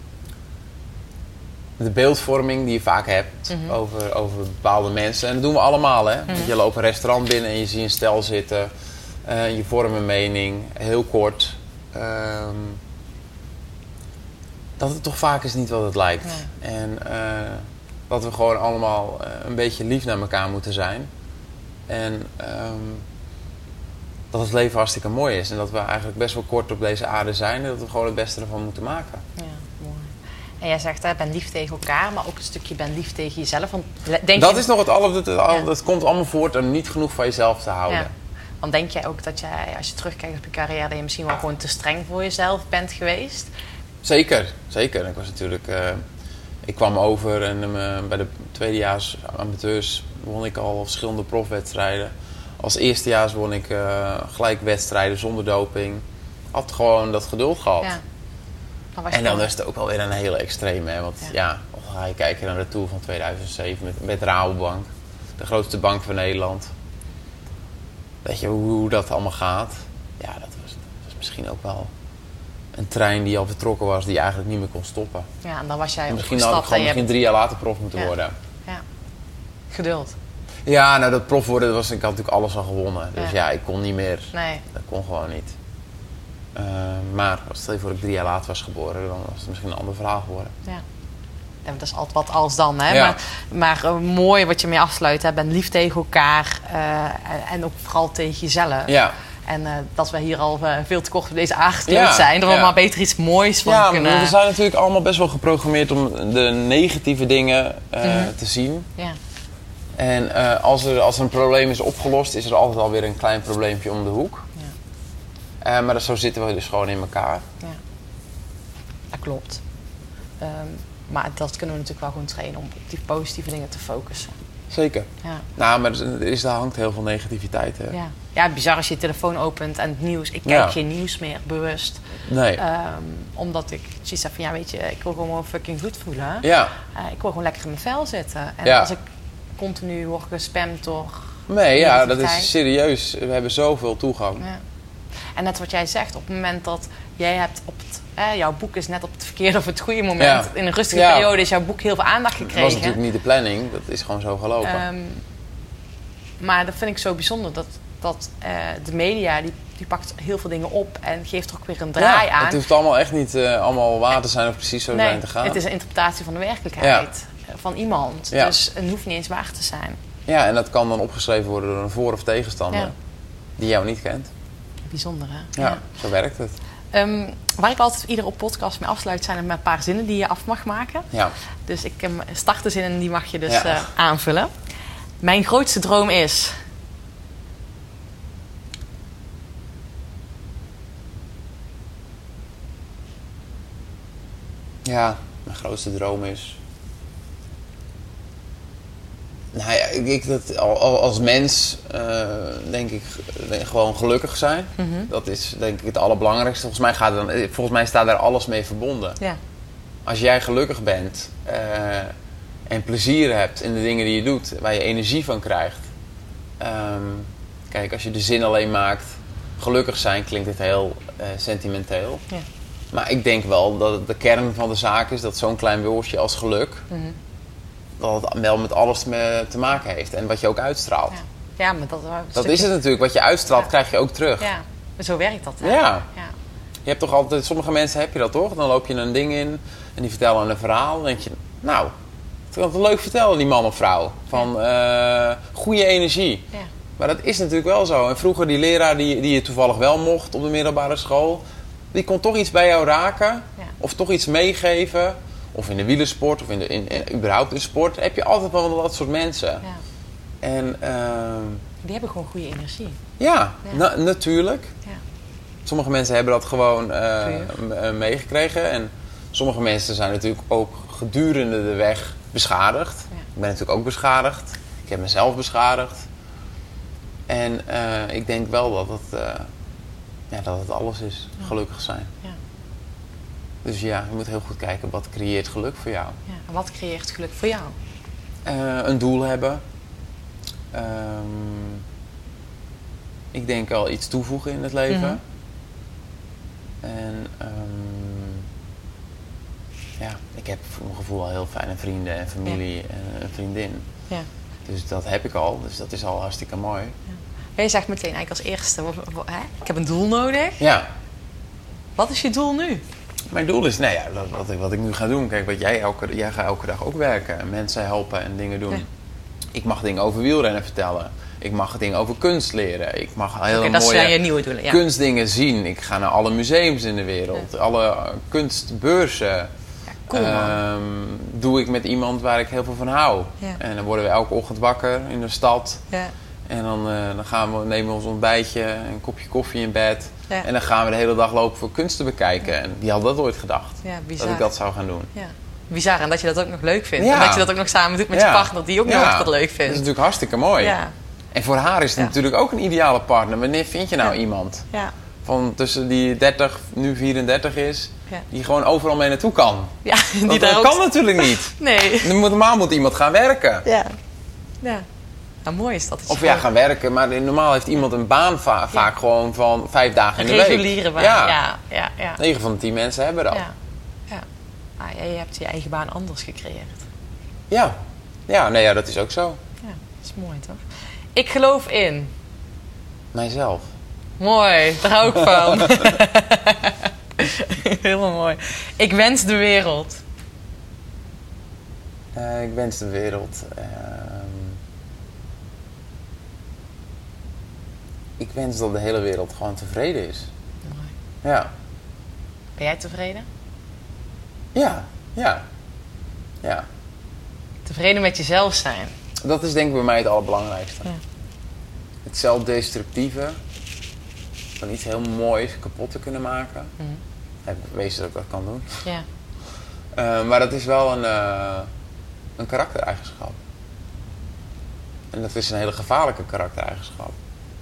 de beeldvorming die je vaak hebt over bepaalde mensen. En dat doen we allemaal, hè. Je loopt een restaurant binnen en je ziet een stel zitten. Je vormt een mening, heel kort. Dat het toch vaak is niet wat het lijkt. Nee. En dat we gewoon allemaal een beetje lief naar elkaar moeten zijn. En dat het leven hartstikke mooi is. En dat we eigenlijk best wel kort op deze aarde zijn. En dat we gewoon het beste ervan moeten maken. Ja, mooi. En jij zegt, ben lief tegen elkaar, maar ook een stukje ben lief tegen jezelf. Want Is nog dat komt allemaal voort om niet genoeg van jezelf te houden. Ja. Want denk jij ook dat jij, als je terugkijkt op je carrière, dat je misschien wel gewoon te streng voor jezelf bent geweest? Zeker. Ik was natuurlijk... ik kwam over en bij de tweedejaars amateurs won ik al verschillende profwedstrijden. Als eerstejaars won ik gelijk wedstrijden zonder doping. Had gewoon dat geduld gehad. Ja. En dan is het ook wel weer een hele extreme. Hè? Want dan ga je kijken naar de Tour van 2007 met Rabobank. De grootste bank van Nederland. Weet je hoe dat allemaal gaat? Ja, dat was misschien ook wel een trein die al vertrokken was, die eigenlijk niet meer kon stoppen. Ja, en dan was jij Misschien had ik gewoon 3 jaar later prof moeten worden. Ja, geduld. Ja, nou dat prof worden, ik had natuurlijk alles al gewonnen. Dus ja, ik kon niet meer. Nee. Dat kon gewoon niet. Maar stel je voor dat ik 3 jaar later was geboren, dan was het misschien een ander verhaal geworden. Ja. Ja, dat is altijd wat als dan, hè? Ja. Maar mooi wat je mee afsluit, hè? Ben lief tegen elkaar en ook vooral tegen jezelf. Ja. En dat we hier al veel te kort op deze aardkloot zijn. Dat we maar beter iets moois van kunnen... Ja, we zijn natuurlijk allemaal best wel geprogrammeerd om de negatieve dingen te zien. Ja. En als er een probleem is opgelost, is er altijd alweer een klein probleempje om de hoek. Ja. Maar zo zitten we dus gewoon in elkaar. Ja, dat klopt. Maar dat kunnen we natuurlijk wel gewoon trainen om op die positieve dingen te focussen. Zeker. Ja. Nou, maar er hangt heel veel negativiteit. Hè? Ja, bizar als je je telefoon opent en het nieuws. Ik kijk geen nieuws meer, bewust. Nee. Omdat ik zoiets heb van, ja, weet je, ik wil gewoon fucking goed voelen. Ja. Ik wil gewoon lekker in mijn vel zitten. En als ik continu word gespamd door... Nee, ja, dat is serieus. We hebben zoveel toegang. Ja. En net wat jij zegt, op het moment dat jij hebt jouw boek is net op het verkeerde of het goede moment. Ja. In een rustige periode is jouw boek heel veel aandacht gekregen. Dat was natuurlijk niet de planning, dat is gewoon zo gelopen. Maar dat vind ik zo bijzonder, dat de media, die pakt heel veel dingen op en geeft er ook weer een draai aan. Het hoeft allemaal echt niet allemaal waar te zijn of precies zo zijn te gaan. Het is een interpretatie van de werkelijkheid van iemand. Ja. Dus het hoeft niet eens waar te zijn. Ja, en dat kan dan opgeschreven worden door een voor- of tegenstander die jou niet kent. Bijzonder, hè? Ja, zo werkt het. Waar ik altijd iedere podcast mee afsluit, zijn er met een paar zinnen die je af mag maken. Ja. Dus ik start de zinnen en die mag je dus aanvullen. Mijn grootste droom is... Ja, mijn grootste droom is... Nou ja, als mens denk ik gewoon gelukkig zijn. Mm-hmm. Dat is denk ik het allerbelangrijkste. Volgens mij staat daar alles mee verbonden. Ja. Als jij gelukkig bent en plezier hebt in de dingen die je doet, waar je energie van krijgt. Kijk, als je de zin alleen maakt, gelukkig zijn, klinkt het heel sentimenteel. Ja. Maar ik denk wel dat het de kern van de zaak is dat zo'n klein woordje als geluk... Mm-hmm. Dat het wel met alles te maken heeft. En wat je ook uitstraalt. Ja, maar dat is het natuurlijk. Wat je uitstraalt, krijg je ook terug. Ja, maar zo werkt dat. Hè? Ja. Je hebt toch altijd... Sommige mensen heb je dat toch? Dan loop je een ding in en die vertellen een verhaal. Dan denk je, het kan het leuk vertellen, die man of vrouw. Van goede energie. Ja. Maar dat is natuurlijk wel zo. En vroeger die leraar die je toevallig wel mocht op de middelbare school, die kon toch iets bij jou raken. Ja. Of toch iets meegeven. Of in de wielersport of überhaupt in sport. Heb je altijd wel dat soort mensen. Ja. En Die hebben gewoon goede energie. ja, natuurlijk. Ja. Sommige mensen hebben dat gewoon meegekregen. En sommige mensen zijn natuurlijk ook gedurende de weg beschadigd. Ja. Ik ben natuurlijk ook beschadigd. Ik heb mezelf beschadigd. En ik denk wel dat het alles is. Gelukkig zijn. Ja. Dus ja, je moet heel goed kijken wat creëert geluk voor jou. Ja. En wat creëert geluk voor jou? Een doel hebben. Ik denk wel iets toevoegen in het leven. En ik heb voor mijn gevoel al heel fijne vrienden en familie en een vriendin. Ja. Dus dat heb ik al. Dus dat is al hartstikke mooi. Ja. Je zegt meteen eigenlijk als eerste, ik heb een doel nodig. Ja. Wat is je doel nu? Mijn doel is, wat ik nu ga doen. Kijk, jij gaat elke dag ook werken. En mensen helpen en dingen doen. Ja. Ik mag dingen over wielrennen vertellen. Ik mag dingen over kunst leren. Ik mag hele dat zijn je mooie nieuwe doelen. Ja. kunstdingen zien. Ik ga naar alle museums in de wereld. Alle kunstbeurzen. Cool, man. Doe ik met iemand waar ik heel veel van hou. Ja. En dan worden we elke ochtend wakker in de stad. Ja. En dan nemen we ons ontbijtje, een kopje koffie in bed. Ja. En dan gaan we de hele dag lopen voor kunst te bekijken. En wie had dat ooit gedacht? Ja, bizar. Dat ik dat zou gaan doen. Ja. Bizar, en dat je dat ook nog leuk vindt. Ja. En dat je dat ook nog samen doet met je partner, die ook nog dat leuk Dat vindt. is natuurlijk hartstikke mooi. Ja. En voor haar is het natuurlijk ook een ideale partner. Wanneer vind je nou iemand Ja. van tussen die 30, nu 34 is, Ja. die gewoon overal mee naartoe kan? Ja, Dat kan natuurlijk niet. Nee. Normaal moet iemand gaan werken. Ja. Ja. Nou, mooi is dat. Of ja, gaan werken. Maar normaal heeft iemand een baan vaak gewoon van 5 dagen in de week. Reguliere baan. Ja. Ja. 9 van de 10 mensen hebben dat. Ja. Ja. Ah, je hebt je eigen baan anders gecreëerd. Ja, dat is ook zo. Ja, dat is mooi toch? Ik geloof in. Mijzelf. Mooi, daar hou ik van. Helemaal mooi. Ik wens de wereld. Ik wens de wereld. Ik wens dat de hele wereld gewoon tevreden is. Mooi. Ja. Ben jij tevreden? Ja. Tevreden met jezelf zijn. Dat is denk ik bij mij het allerbelangrijkste. Ja. Het zelfdestructieve. Van iets heel moois kapot te kunnen maken. Heb ik bewezen dat ik dat kan doen. Ja. Maar dat is wel een karaktereigenschap. En dat is een hele gevaarlijke karaktereigenschap.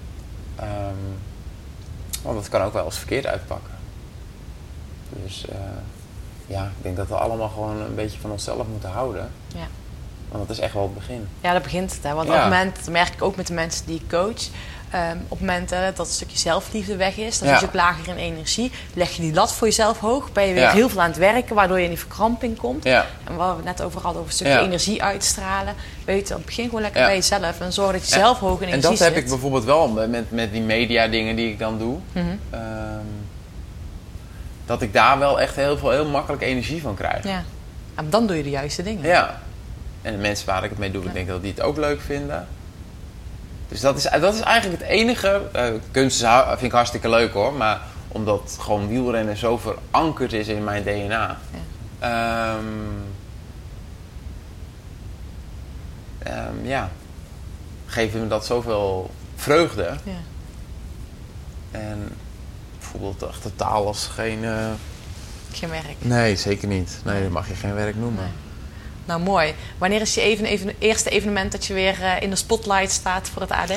Want dat kan ook wel eens verkeerd uitpakken. Dus ik denk dat we allemaal gewoon een beetje van onszelf moeten houden. Ja. Want dat is echt wel het begin. Ja, dat begint het. Hè? Want op het moment, dat merk ik ook met de mensen die ik coach. Op het moment dat een stukje zelfliefde weg is, dan zit je ook lager in energie. Leg je die lat voor jezelf hoog, ben je weer heel veel aan het werken, waardoor je in die verkramping komt. Ja. En wat we het net over hadden, over een stukje energie uitstralen. Weet je, begin gewoon lekker bij jezelf en zorg dat je zelf hoog in energie zit. En dat heb ik bijvoorbeeld wel met die media dingen die ik dan doe. Dat ik daar wel echt heel makkelijk energie van krijg. Ja. En dan doe je de juiste dingen. Ja. En de mensen waar ik het mee doe, ik denk dat die het ook leuk vinden. Dus dat is eigenlijk het enige. Kunst vind ik hartstikke leuk hoor. Maar omdat gewoon wielrennen zo verankerd is in mijn DNA. Geeft me dat zoveel vreugde. Ja. En bijvoorbeeld echt totaal als geen werk. Nee, zeker niet. Nee, dat mag je geen werk noemen. Nee. Nou, mooi. Wanneer is je eerste evenement dat je weer in de spotlight staat voor het AD?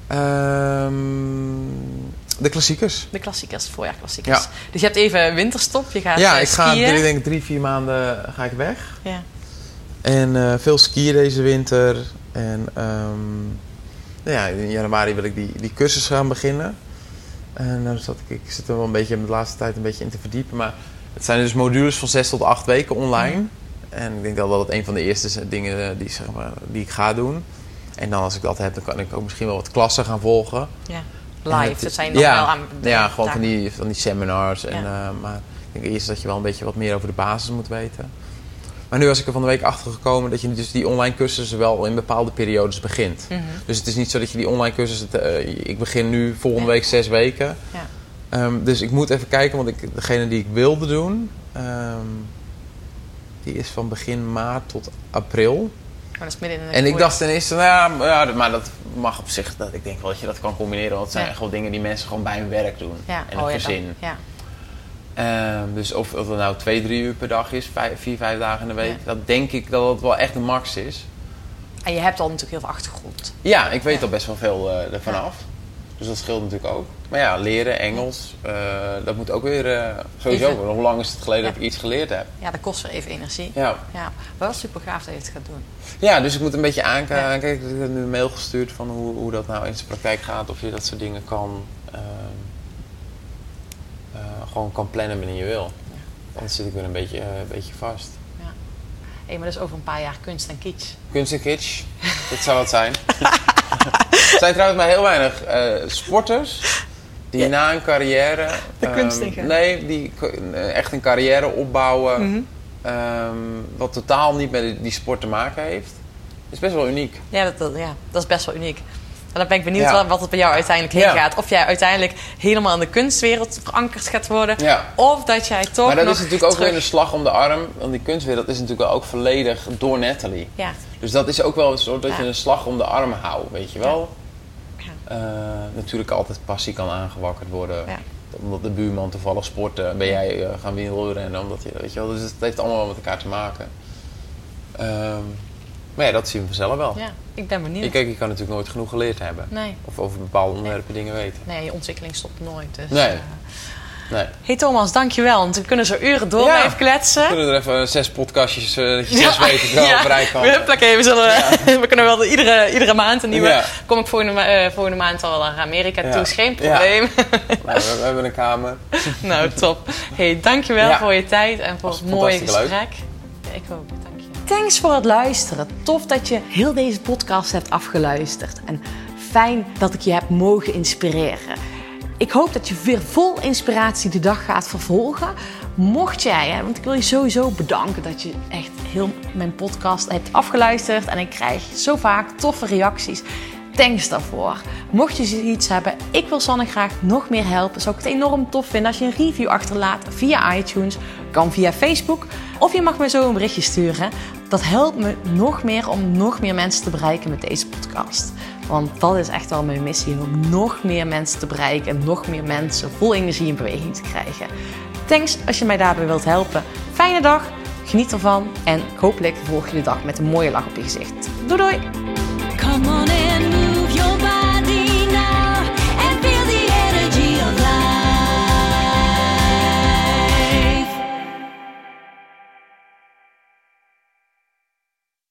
De klassiekers. De klassiekers, voorjaarklassiekers. Ja. Dus je hebt even winterstop, je gaat ik skiën. Ik denk 3-4 maanden ga ik weg. Ja. En veel skiën deze winter. En in januari wil ik die cursus gaan beginnen. En dan ik zit er wel een beetje de laatste tijd een beetje in te verdiepen. Maar het zijn dus modules van 6 tot 8 weken online. En ik denk dat het een van de eerste dingen die ik ga doen. En dan als ik dat heb, dan kan ik ook misschien wel wat klassen gaan volgen. Ja, live. Dat zijn dan wel aan gewoon van die seminars. En, maar ik denk eerst dat je wel een beetje wat meer over de basis moet weten. Maar nu was ik er van de week achter gekomen dat je dus die online cursussen wel in bepaalde periodes begint. Mm-hmm. Dus het is niet zo dat je die online cursussen... ik begin nu volgende week 6 weken. Ja. Dus ik moet even kijken, want degene die ik wilde doen... die is van begin maart tot april. Maar dat is midden in de en ik dacht ten eerste, maar dat mag op zich... Ik denk wel dat je dat kan combineren. Want het zijn echt wel dingen die mensen gewoon bij hun werk doen. Ja. En het gezin. Ja. Dus of het nou 2-3 uur per dag is, 4-5 dagen in de week, dat denk ik dat het wel echt een max is. En je hebt al natuurlijk heel veel achtergrond. Ja, ik weet al best wel veel ervan af. Dus dat scheelt natuurlijk ook. Maar ja, leren, Engels, dat moet ook weer sowieso. Even. Hoe lang is het geleden dat ik iets geleerd heb? Ja, dat kost weer even energie. Ja. Maar wel super gaaf dat je het gaat doen. Ja, dus ik moet een beetje aankijken. Ik heb nu een mail gestuurd van hoe dat nou in zijn praktijk gaat. Of je dat soort dingen kan... gewoon kan plannen wanneer je wil. Anders zit ik weer een beetje vast. Ja. Hey, maar dat is over een paar jaar kunst en kitsch. Kunst en kitsch, dat zou wat zijn. Er zijn trouwens maar heel weinig sporters die na een carrière... De kunstigen. Nee, die echt een carrière opbouwen... Mm-hmm. Wat totaal niet met die sport te maken heeft. Dat is best wel uniek. Ja, dat is best wel uniek. En dan ben ik benieuwd wat het bij jou uiteindelijk heen gaat. Of jij uiteindelijk helemaal in de kunstwereld verankerd gaat worden. Ja. Of dat jij toch maar dat is natuurlijk ook weer een slag om de arm. Want die kunstwereld is natuurlijk ook volledig door Nathalie. Ja. Dus dat is ook wel een soort dat je een slag om de arm houdt, weet je wel. Ja. Natuurlijk altijd passie kan aangewakkerd worden. Ja. Omdat de buurman toevallig sport, ben jij gaan wielrennen. Omdat je, weet je wel. Dus het heeft allemaal wel met elkaar te maken. Maar ja, dat zien we vanzelf wel. Ja, ik ben benieuwd. Je kan natuurlijk nooit genoeg geleerd hebben. Nee. Of over bepaalde onderwerpen dingen weten. Nee, je ontwikkeling stopt nooit. Dus, nee. Hey Thomas, dankjewel. Want we kunnen zo uren door blijven kletsen. We kunnen er even 6 podcastjes, dat je 6 weken wel bereikt kan. We kunnen wel iedere maand een nieuwe. Kom ik volgende maand al naar Amerika toe, is geen probleem. Nou, we hebben een kamer. Nou, top. Hey, dankjewel voor je tijd en voor het mooie gesprek. Ja, ik ook. Thanks voor het luisteren. Tof dat je heel deze podcast hebt afgeluisterd. En fijn dat ik je heb mogen inspireren. Ik hoop dat je weer vol inspiratie de dag gaat vervolgen. Mocht jij, want ik wil je sowieso bedanken dat je echt heel mijn podcast hebt afgeluisterd. En ik krijg zo vaak toffe reacties. Thanks daarvoor. Mocht je iets hebben, ik wil Sanne graag nog meer helpen. Zou ik het enorm tof vinden als je een review achterlaat via iTunes. Kan via Facebook. Of je mag me zo een berichtje sturen. Dat helpt me nog meer om nog meer mensen te bereiken met deze podcast. Want dat is echt wel mijn missie. Om nog meer mensen te bereiken. En nog meer mensen vol energie in beweging te krijgen. Thanks als je mij daarbij wilt helpen. Fijne dag. Geniet ervan. En hopelijk volg je de dag met een mooie lach op je gezicht. Doei doei. Come on.